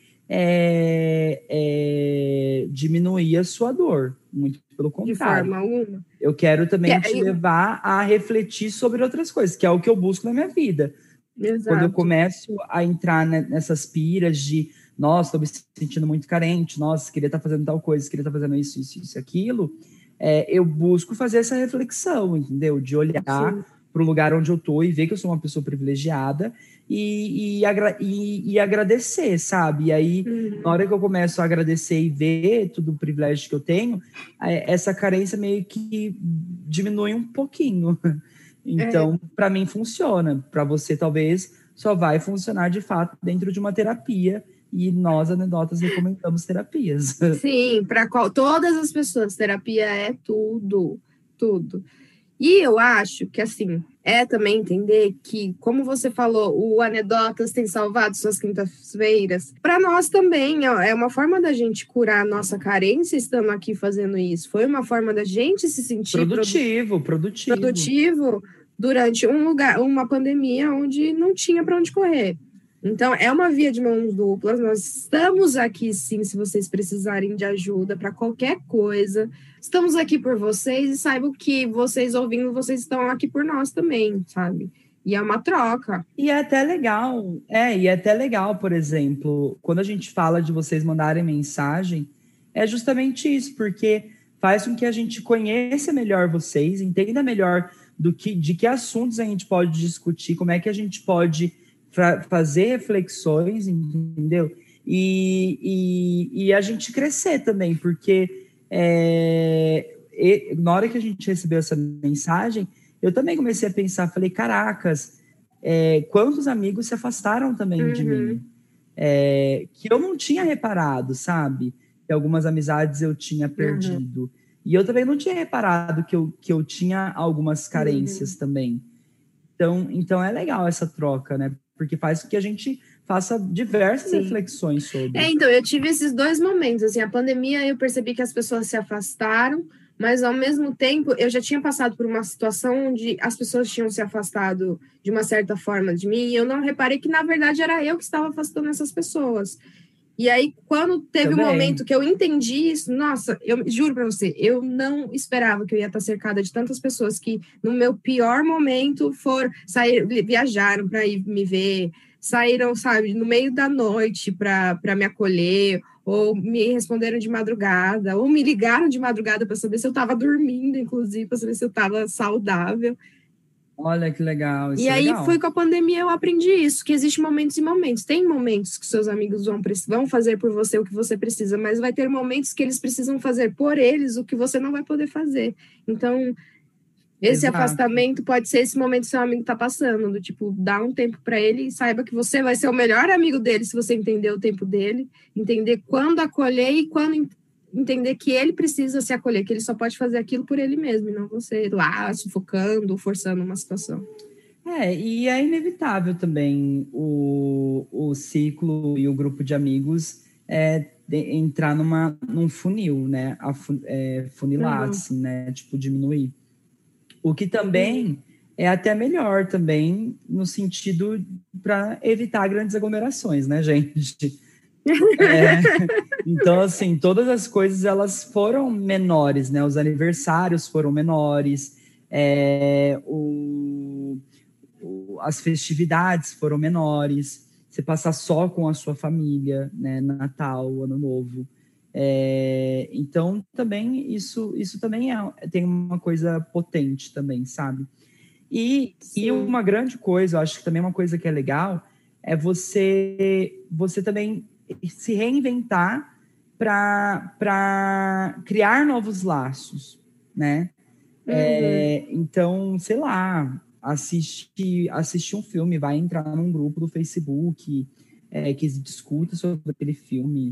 é, é, diminuir a sua dor. Muito pelo contrário. De forma alguma. Eu quero também é, te eu... levar a refletir sobre outras coisas, que é o que eu busco na minha vida. Exato. Quando eu começo a entrar nessas piras de nossa, estou me sentindo muito carente, nossa, queria estar fazendo tal coisa, queria estar fazendo isso, isso, isso, aquilo, é, eu busco fazer essa reflexão, entendeu? De olhar para o lugar onde eu estou e ver que eu sou uma pessoa privilegiada e, e, agra e, e agradecer, sabe? E aí, uhum. na hora que eu começo a agradecer e ver todo o privilégio que eu tenho, essa carência meio que diminui um pouquinho. Então, é. para mim, funciona. Para você, talvez, só vai funcionar, de fato, dentro de uma terapia. E nós, anedotas, recomendamos terapias. Sim, para todas as pessoas, terapia é tudo, tudo. E eu acho que, assim, é também entender que, como você falou, o Anedotas tem salvado suas quintas-feiras. Para nós também, ó, é uma forma da gente curar a nossa carência estando aqui fazendo isso. Foi uma forma da gente se sentir... Produtivo, produ produtivo. Produtivo durante um lugar, uma pandemia onde não tinha para onde correr. Então, é uma via de mãos duplas. Nós estamos aqui, sim, se vocês precisarem de ajuda para qualquer coisa. Estamos aqui por vocês e saibam que vocês ouvindo, vocês estão aqui por nós também, sabe? E é uma troca. E é até legal, é, e é até legal, por exemplo, quando a gente fala de vocês mandarem mensagem, é justamente isso, porque faz com que a gente conheça melhor vocês, entenda melhor do que, de que assuntos a gente pode discutir, como é que a gente pode... para fazer reflexões, entendeu? E, e, e a gente crescer também, porque é, e, na hora que a gente recebeu essa mensagem, eu também comecei a pensar, falei, caracas, é, quantos amigos se afastaram também uhum. de mim? É, que eu não tinha reparado, sabe? Que algumas amizades eu tinha perdido. Uhum. E eu também não tinha reparado que eu, que eu tinha algumas carências uhum. também. Então, então é legal essa troca, né? Porque faz com que a gente faça diversas Sim. reflexões sobre. É, então, eu tive esses dois momentos, assim, a pandemia eu percebi que as pessoas se afastaram, mas ao mesmo tempo eu já tinha passado por uma situação onde as pessoas tinham se afastado de uma certa forma de mim, e eu não reparei que, na verdade, era eu que estava afastando essas pessoas. E aí, quando teve um momento que eu entendi isso, nossa, eu juro pra você, eu não esperava que eu ia estar cercada de tantas pessoas que, no meu pior momento, foram, sair, viajaram para ir me ver, saíram, sabe, no meio da noite para me acolher, ou me responderam de madrugada, ou me ligaram de madrugada para saber se eu estava dormindo, inclusive, para saber se eu estava saudável. Olha que legal. Isso e é aí legal. Foi com a pandemia eu aprendi isso, que existem momentos e momentos. Tem momentos que seus amigos vão, vão fazer por você o que você precisa, mas vai ter momentos que eles precisam fazer por eles o que você não vai poder fazer. Então, esse Exato. afastamento pode ser esse momento que seu amigo está passando, do tipo, dá um tempo para ele e saiba que você vai ser o melhor amigo dele se você entender o tempo dele, entender quando acolher e quando entender que ele precisa se acolher, que ele só pode fazer aquilo por ele mesmo, e não você lá sufocando, forçando uma situação. É, e é inevitável também o, o ciclo e o grupo de amigos é, de, entrar numa, num funil, né? A, é, funilar, uhum. assim, né? Tipo, diminuir. O que também uhum. é até melhor também, no sentido para evitar grandes aglomerações, né, gente? É, então, assim, todas as coisas, elas foram menores, né? Os aniversários foram menores, é, o... as festividades foram menores, você passar só com a sua família, né, Natal, Ano Novo. É, então, também, isso, isso também é, tem uma coisa potente também, sabe? E, e uma grande coisa, eu acho que também uma coisa que é legal, é você, você também se reinventar para criar novos laços, né? Uhum. É, então, sei lá, assistir assistir um filme, vai entrar num grupo do Facebook é, que discuta sobre aquele filme,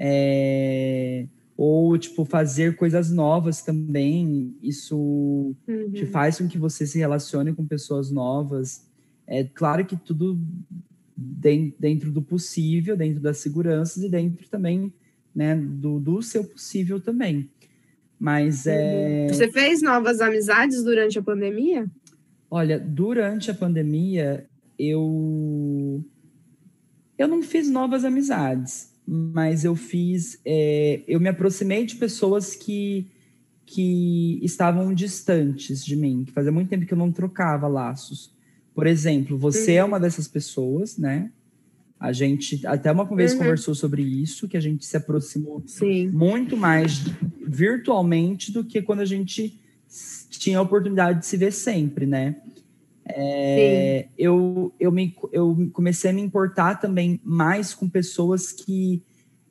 é, ou, tipo, fazer coisas novas também, isso uhum. te faz com que você se relacione com pessoas novas. É claro que tudo dentro do possível, dentro das seguranças e dentro também, né, do, do seu possível também. Mas é... Você fez novas amizades durante a pandemia? Olha, durante a pandemia, eu, eu não fiz novas amizades, mas eu fiz, é, eu me aproximei de pessoas que, que estavam distantes de mim, que fazia muito tempo que eu não trocava laços. Por exemplo, você uhum. é uma dessas pessoas, né? A gente até uma vez uhum. conversou sobre isso, que a gente se aproximou Sim. muito mais virtualmente do que quando a gente tinha a oportunidade de se ver sempre, né? É, eu, eu, me, eu comecei a me importar também mais com pessoas que,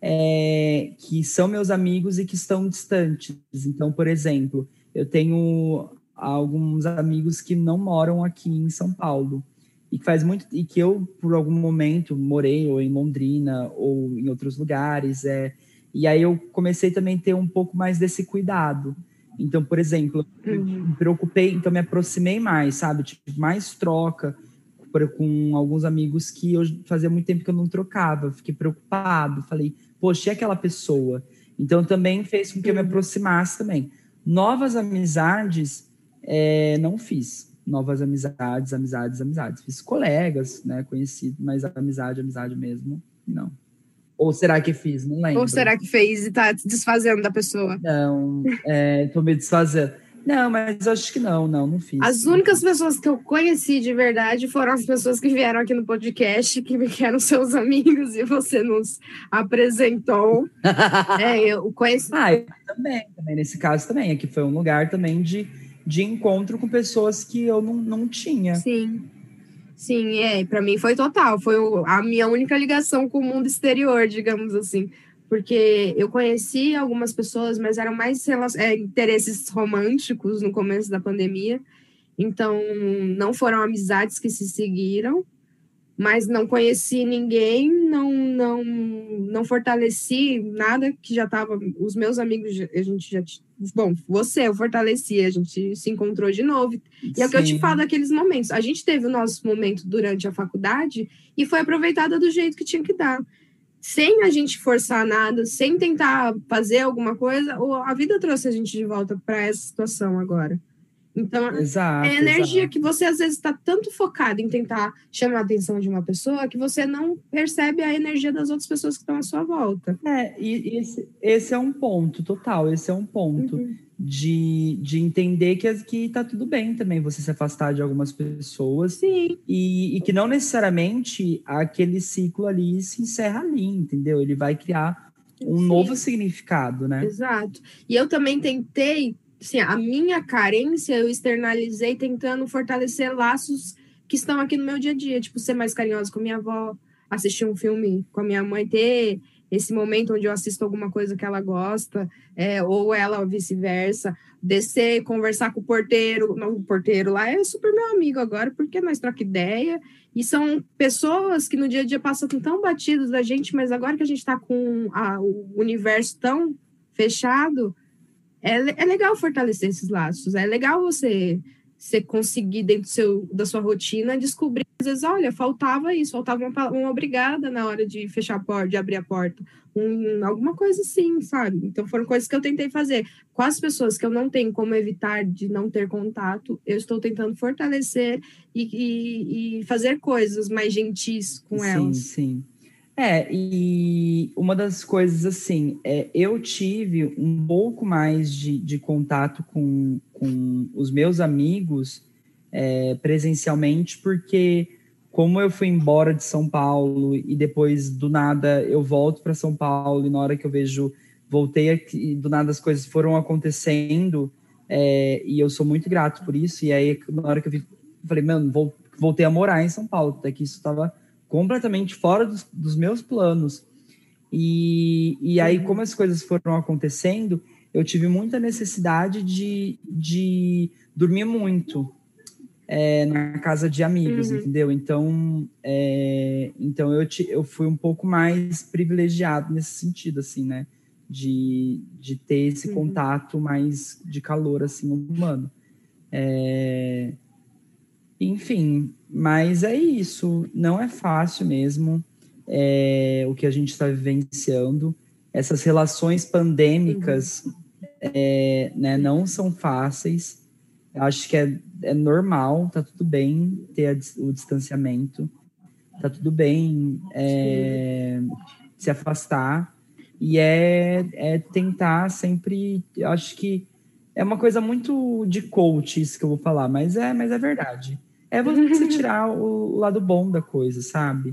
é, que são meus amigos e que estão distantes. Então, por exemplo, eu tenho alguns amigos que não moram aqui em São Paulo e que faz muito e que eu, por algum momento, morei ou em Londrina ou em outros lugares. É, e aí eu comecei também a ter um pouco mais desse cuidado. Então, por exemplo, uhum. me preocupei, então me aproximei mais, sabe? Tive mais troca com alguns amigos que eu fazia muito tempo que eu não trocava. Fiquei preocupado, falei, poxa, e aquela pessoa? Então, também fez com que eu me aproximasse também. Novas amizades, é, não fiz. Novas amizades, amizades, amizades. Fiz colegas, né, conhecidos, mas amizade, amizade mesmo, não. Ou será que fiz? Não lembro. Ou será que fez e tá se desfazendo da pessoa? Não, é, tô me desfazendo. Não, mas acho que não, não, não fiz. As únicas pessoas que eu conheci de verdade foram as pessoas que vieram aqui no podcast, que eram seus amigos, e você nos apresentou. é, eu conheci... Ah, eu também, também, nesse caso também. Aqui foi um lugar também de, de encontro com pessoas que eu não, não tinha. Sim. Sim, é, para mim foi total, foi a minha única ligação com o mundo exterior, digamos assim, porque eu conheci algumas pessoas, mas eram mais é, interesses românticos no começo da pandemia, então não foram amizades que se seguiram, mas não conheci ninguém, não, não, não fortaleci nada que já estava, os meus amigos, a gente já, bom, você, eu fortaleci, a gente se encontrou de novo, e Sim. é o que eu te falo daqueles momentos, a gente teve o nosso momento durante a faculdade e foi aproveitada do jeito que tinha que dar, sem a gente forçar nada, sem tentar fazer alguma coisa, a vida trouxe a gente de volta para essa situação agora. Então, exato, é a energia exato. que você, às vezes, está tanto focado em tentar chamar a atenção de uma pessoa que você não percebe a energia das outras pessoas que estão à sua volta. É, e esse, esse é um ponto total, esse é um ponto uhum. de, de entender que, que tá tudo bem também você se afastar de algumas pessoas. Sim. E, e que não necessariamente aquele ciclo ali se encerra ali, entendeu? Ele vai criar um Sim. novo significado, né? Exato. E eu também tentei... Assim, a minha carência eu externalizei tentando fortalecer laços que estão aqui no meu dia a dia, tipo, ser mais carinhosa com minha avó, assistir um filme com a minha mãe, ter esse momento onde eu assisto alguma coisa que ela gosta, é, ou ela vice-versa, descer, conversar com o porteiro, não, o porteiro lá é super meu amigo agora, porque nós troca ideia, e são pessoas que no dia a dia passam tão batidos da gente, mas agora que a gente está com a, o universo tão fechado, é, é legal fortalecer esses laços. É legal você, você conseguir, dentro do seu, da sua rotina, descobrir, às vezes, olha, faltava isso, faltava uma, uma obrigada na hora de fechar a porta, de abrir a porta. Um, alguma coisa assim, sabe? Então, foram coisas que eu tentei fazer. Com as pessoas que eu não tenho como evitar de não ter contato, eu estou tentando fortalecer e, e, e fazer coisas mais gentis com sim, elas. Sim, sim. É, e uma das coisas, assim, é, eu tive um pouco mais de, de contato com, com os meus amigos é, presencialmente, porque como eu fui embora de São Paulo e depois, do nada, eu volto para São Paulo e na hora que eu vejo, voltei aqui, do nada as coisas foram acontecendo é, e eu sou muito grato por isso. E aí, na hora que eu vi, eu falei, mano, voltei a morar em São Paulo, até que isso estava completamente fora dos, dos meus planos. E, e aí, como as coisas foram acontecendo, eu tive muita necessidade de, de dormir muito é, na casa de amigos, uhum. entendeu? Então, é, então eu, te, eu fui um pouco mais privilegiado nesse sentido, assim, né? De, de ter esse uhum. contato mais de calor, assim, humano. É... Enfim, mas é isso. Não é fácil mesmo é, o que a gente está vivenciando. Essas relações pandêmicas uhum. é, né, não são fáceis. Eu acho que é, é normal, tá tudo bem ter a, o distanciamento. Tá tudo bem é, se afastar. E é, é tentar sempre... Eu acho que é uma coisa muito de coach isso que eu vou falar, mas é, mas é verdade. É você tirar o lado bom da coisa, sabe?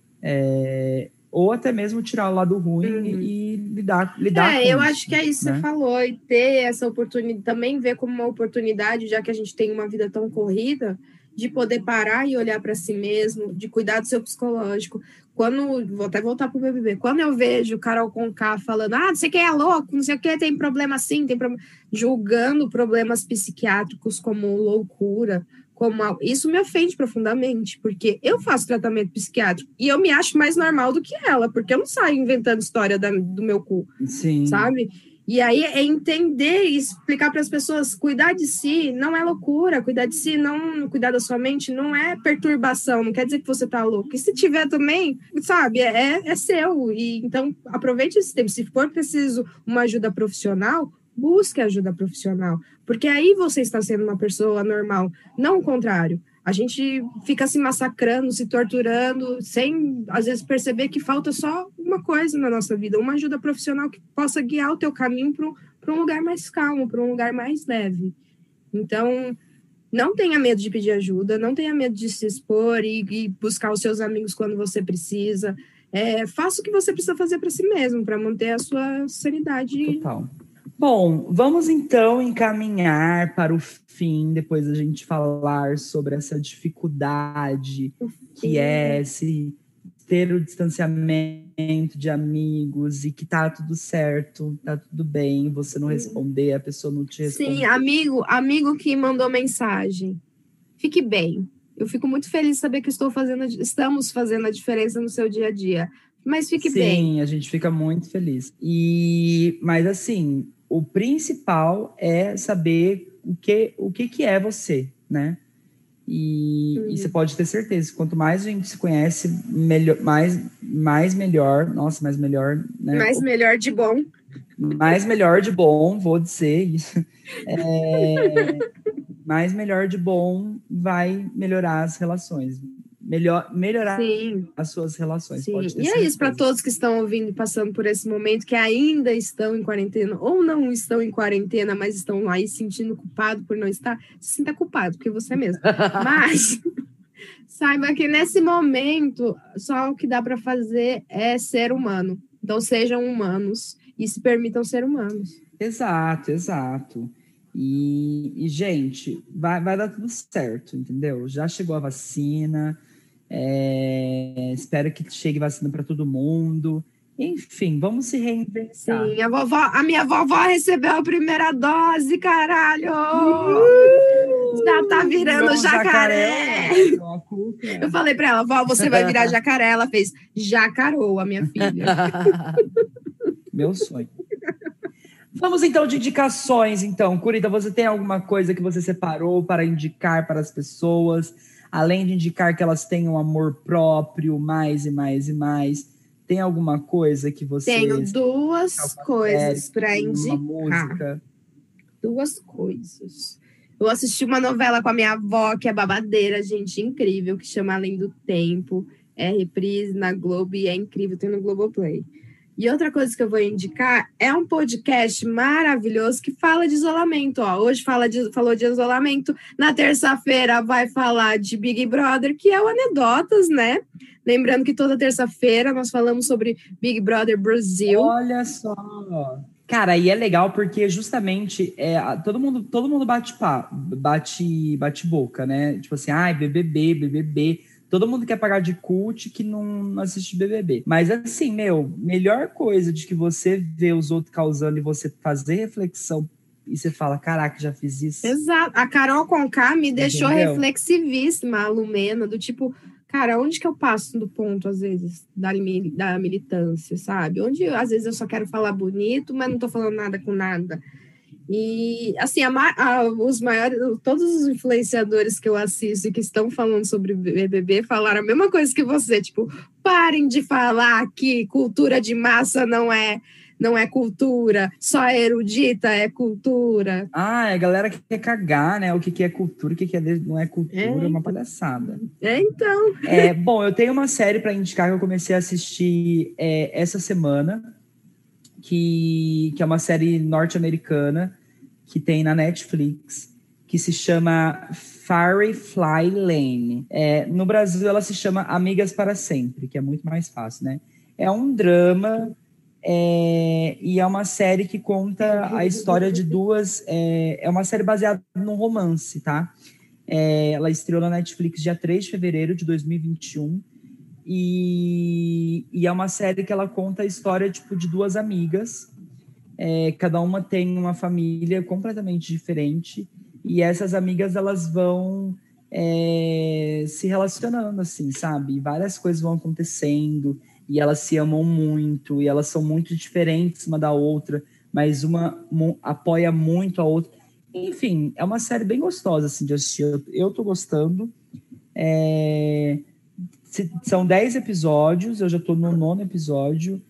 É, ou até mesmo tirar o lado ruim uhum. e lidar, lidar é, com eu isso. acho que é isso que né? você falou, e ter essa oportunidade, também ver como uma oportunidade, já que a gente tem uma vida tão corrida, de poder parar e olhar para si mesmo, de cuidar do seu psicológico. Quando, vou até voltar pro B B B, quando eu vejo Carol Conká falando, ah, não sei quem é louco, não sei o que, tem problema assim, tem problema, julgando problemas psiquiátricos como loucura, como a... isso me ofende profundamente, porque eu faço tratamento psiquiátrico e eu me acho mais normal do que ela, porque eu não saio inventando história da, do meu cu, Sim. sabe? E aí é entender e explicar para as pessoas, cuidar de si não é loucura, cuidar de si, não cuidar da sua mente não é perturbação, não quer dizer que você tá louco. E se tiver também, sabe, é, é seu. E então aproveite esse tempo. Se for preciso uma ajuda profissional, busque ajuda profissional, porque aí você está sendo uma pessoa normal, não o contrário. A gente fica se massacrando, se torturando, sem, às vezes, perceber que falta só uma coisa na nossa vida, uma ajuda profissional que possa guiar o teu caminho para um lugar mais calmo, para um lugar mais leve. Então, não tenha medo de pedir ajuda, não tenha medo de se expor e, e buscar os seus amigos quando você precisa. É, faça o que você precisa fazer para si mesmo, para manter a sua sanidade. Total. Bom, vamos então encaminhar para o fim, depois da gente falar sobre essa dificuldade que é se ter o distanciamento de amigos e que tá tudo certo, tá tudo bem, você não responder, a pessoa não te responder. Sim, amigo, amigo que mandou mensagem, fique bem. Eu fico muito feliz de saber que estou fazendo, estamos fazendo a diferença no seu dia a dia. Mas fique Sim, bem. Sim, a gente fica muito feliz. E, mas assim, o principal é saber o que, o que, que é você, né? E, hum. e você pode ter certeza, quanto mais a gente se conhece, melhor, mais, mais melhor, nossa, mais melhor, né? Mais melhor de bom. Mais melhor de bom, vou dizer isso. É, mais melhor de bom vai melhorar as relações. Melhor, melhorar Sim. as suas relações. Sim. Pode ter e certeza. é isso para todos que estão ouvindo e passando por esse momento, que ainda estão em quarentena, ou não estão em quarentena, mas estão aí sentindo culpado por não estar. Se sinta culpado, porque você é mesmo. Mas saiba que nesse momento, só o que dá para fazer é ser humano. Então sejam humanos e se permitam ser humanos. Exato, exato. E, e gente, vai, vai dar tudo certo, entendeu? Já chegou a vacina. É, espero que chegue vacina para todo mundo. Enfim, vamos se reinventar. Sim, a, vovó, a minha vovó recebeu a primeira dose, caralho! Uh, Já tá virando jacaré! jacaré. Eu falei para ela, vó, você vai virar jacaré. Ela fez, jacarou, a minha filha. Meu sonho. Vamos então de indicações, então. Curita, você tem alguma coisa que você separou para indicar para as pessoas? Além de indicar que elas tenham amor próprio, mais e mais e mais. Tem alguma coisa que você... Tenho duas coisas para indicar. Uma música? Duas coisas. Eu assisti uma novela com a minha avó, que é babadeira, gente, incrível, que chama Além do Tempo. É reprise na Globo e é incrível, tem no Globoplay. E outra coisa que eu vou indicar é um podcast maravilhoso que fala de isolamento. Ó. Hoje fala de, falou de isolamento, na terça-feira vai falar de Big Brother, que é o Anedotas, né? Lembrando que toda terça-feira nós falamos sobre Big Brother Brasil. Olha só! Cara, e é legal porque justamente é, todo mundo, todo mundo bate pá, bate, bate boca, né? Tipo assim, ai, B B B, B B B... Todo mundo quer pagar de cult que não assiste B B B. Mas assim, meu, melhor coisa de que você vê os outros causando e você fazer reflexão e você fala, caraca, já fiz isso. Exato. A Carol Conká me deixou Entendeu? reflexivíssima, a Lumena, do tipo, cara, onde que eu passo do ponto, às vezes, da, da militância, sabe? Onde, às vezes, eu só quero falar bonito, mas não tô falando nada com nada. E, assim, a, a, os maiores, todos os influenciadores que eu assisto e que estão falando sobre B B B falaram a mesma coisa que você, tipo, parem de falar que cultura de massa não é, não é cultura, só erudita é cultura. Ah, é a galera que quer cagar, né? O que, que é cultura, o que, que é, não é cultura, é, é uma palhaçada. É, então. É, bom, eu tenho uma série para indicar que eu comecei a assistir é, essa semana, que, que é uma série norte-americana, que tem na Netflix, que se chama Firefly Lane. É, no Brasil, ela se chama Amigas para Sempre, que é muito mais fácil, né? É um drama é, e é uma série que conta a história de duas... É, é uma série baseada num romance, tá? É, ela estreou na Netflix dia três de fevereiro de dois mil e vinte e um e, e é uma série que ela conta a história tipo, de duas amigas. É, cada uma tem uma família completamente diferente e essas amigas elas vão é, se relacionando assim, sabe? E várias coisas vão acontecendo e elas se amam muito e elas são muito diferentes uma da outra, mas uma mo- apoia muito a outra. Enfim, é uma série bem gostosa assim, de assistir. Eu, eu tô gostando. É, se, são dez episódios, eu já tô no nono episódio.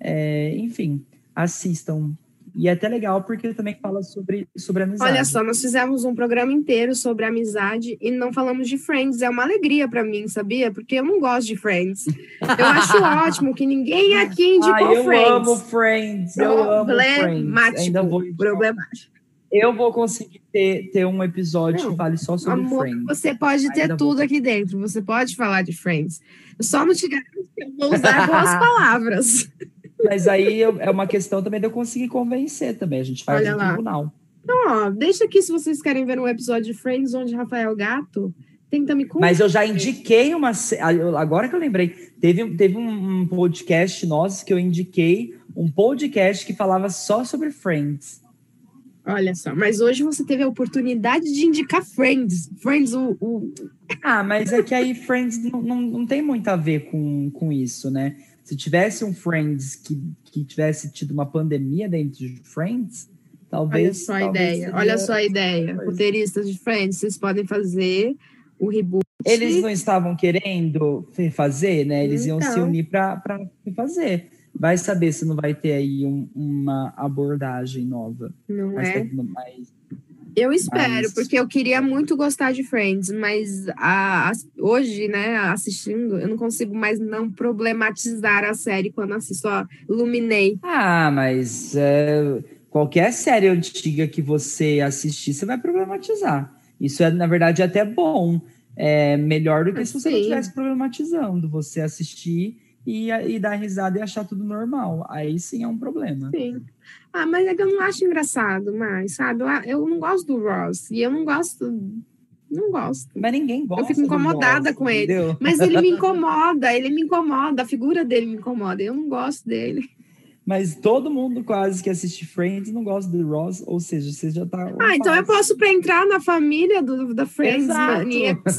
É, enfim, assistam. E é até legal porque também fala sobre, sobre amizade. Olha só, nós fizemos um programa inteiro sobre amizade e não falamos de Friends. É uma alegria pra mim, sabia? Porque eu não gosto de Friends. Eu acho ótimo que ninguém aqui indicou ah, eu Friends. amo Friends. Eu amo Friends. Ainda vou problemático. Eu vou conseguir ter, ter um episódio não, que fale só sobre amor, Friends. Você pode ter Ainda tudo vou... aqui dentro. Você pode falar de Friends. Eu só não te garanto que eu vou usar boas palavras. Mas aí eu, é uma questão também de eu conseguir convencer também. A gente faz Olha no lá. tribunal. Então, ó, deixa aqui se vocês querem ver um episódio de Friends onde Rafael Gato tenta me convencer. Mas eu já indiquei uma... Agora que eu lembrei, teve, teve um podcast nosso que eu indiquei, um podcast que falava só sobre Friends. Olha só, mas hoje você teve a oportunidade de indicar Friends. Friends, o... o... Ah, mas é que aí Friends não, não, não tem muito a ver com, com isso, né? Se tivesse um Friends que, que tivesse tido uma pandemia dentro de Friends, talvez... Olha só a talvez ideia, seria... olha só a ideia. Roteiristas de Friends, vocês podem fazer o reboot. Eles não estavam querendo fazer, né? Eles iam então. se unir para fazer. Vai saber se não vai ter aí um, uma abordagem nova. Não mais, é? Mais, eu espero, mais... porque eu queria muito gostar de Friends, mas a, a, hoje, né, assistindo, eu não consigo mais não problematizar a série quando assisto a Luminei. Ah, mas é, qualquer série antiga que você assistir, você vai problematizar. Isso é, na verdade, até bom. É melhor do que se você não estivesse problematizando. Você assistir e, e dar risada e achar tudo normal. Aí sim é um problema. Sim. Ah, mas é que eu não acho engraçado mais, sabe? Eu, eu não gosto do Ross. E eu não gosto... Não gosto. Mas ninguém gosta. Eu fico incomodada Ross, com ele. entendeu? Mas ele me incomoda. Ele me incomoda. A figura dele me incomoda. Eu não gosto dele. Mas todo mundo quase que assiste Friends não gosta do Ross, ou seja, você já tá... Ah, então eu posso para entrar na família do, da Friends Maníacos.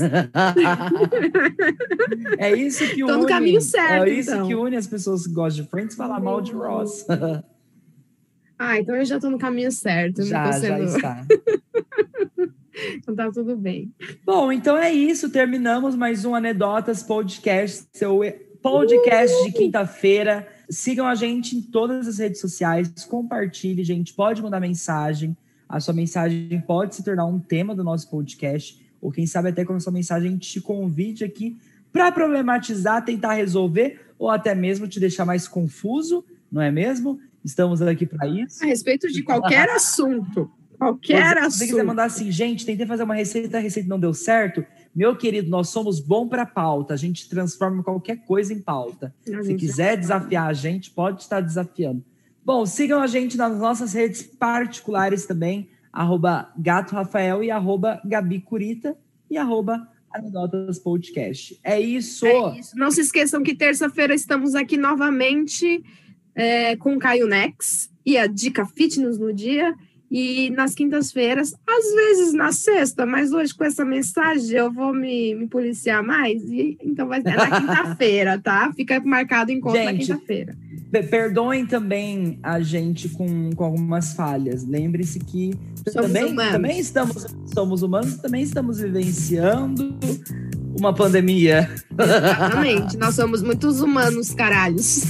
É isso que une... Tô no caminho certo, É isso então. que une as pessoas que gostam de Friends falar mal de Ross. Ah, então eu já tô no caminho certo. Já, não tô sendo... já está. Então tá tudo bem. Bom, então é isso. Terminamos mais um Anedotas Podcast, seu podcast uh! de quinta-feira. Sigam a gente em todas as redes sociais. Compartilhe, gente. Pode mandar mensagem. A sua mensagem pode se tornar um tema do nosso podcast. Ou quem sabe até com a sua mensagem a gente te convide aqui para problematizar, tentar resolver ou até mesmo te deixar mais confuso, não é mesmo? Estamos aqui para isso. A respeito de qualquer assunto. Qualquer assunto. Se você quiser mandar assim, gente, tentei fazer uma receita, a receita não deu certo. Meu querido, nós somos bom para pauta. A gente transforma qualquer coisa em pauta. A Se quiser desafiar a gente, pode estar desafiando. Bom, sigam a gente nas nossas redes particulares também, arroba Gato Rafael e arroba Gabi Curita e arroba Anedotas Podcast. É isso. É isso. Não se esqueçam que terça-feira estamos aqui novamente é, com o Caio Nex e a Dica Fitness no dia. E nas quintas-feiras, às vezes na sexta, mas hoje com essa mensagem eu vou me, me policiar mais. E, então vai ser na quinta-feira, tá? Fica marcado o encontro gente, na quinta-feira. Perdoem também a gente com, com algumas falhas. Lembre-se que somos também, humanos. também estamos, somos humanos, também estamos vivenciando uma pandemia. Exatamente. Nós somos muitos humanos, caralhos.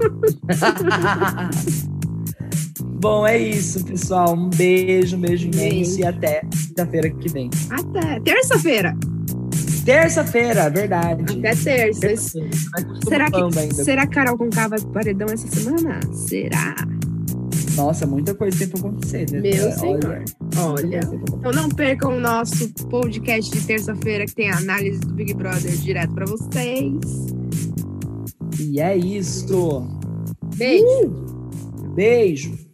Bom, é isso, pessoal. Um beijo, um beijo imenso e até quinta-feira que vem. Até terça-feira. Terça-feira, verdade. Até terça. terça será que será que Carol Conká vai pro paredão essa semana? Será? Nossa, muita coisa tem pra acontecer, né? Meu Olha, senhor. Olha. Então não percam o nosso podcast de terça-feira, que tem a análise do Big Brother direto pra vocês. E é isso. Beijo. Uh! Beijo.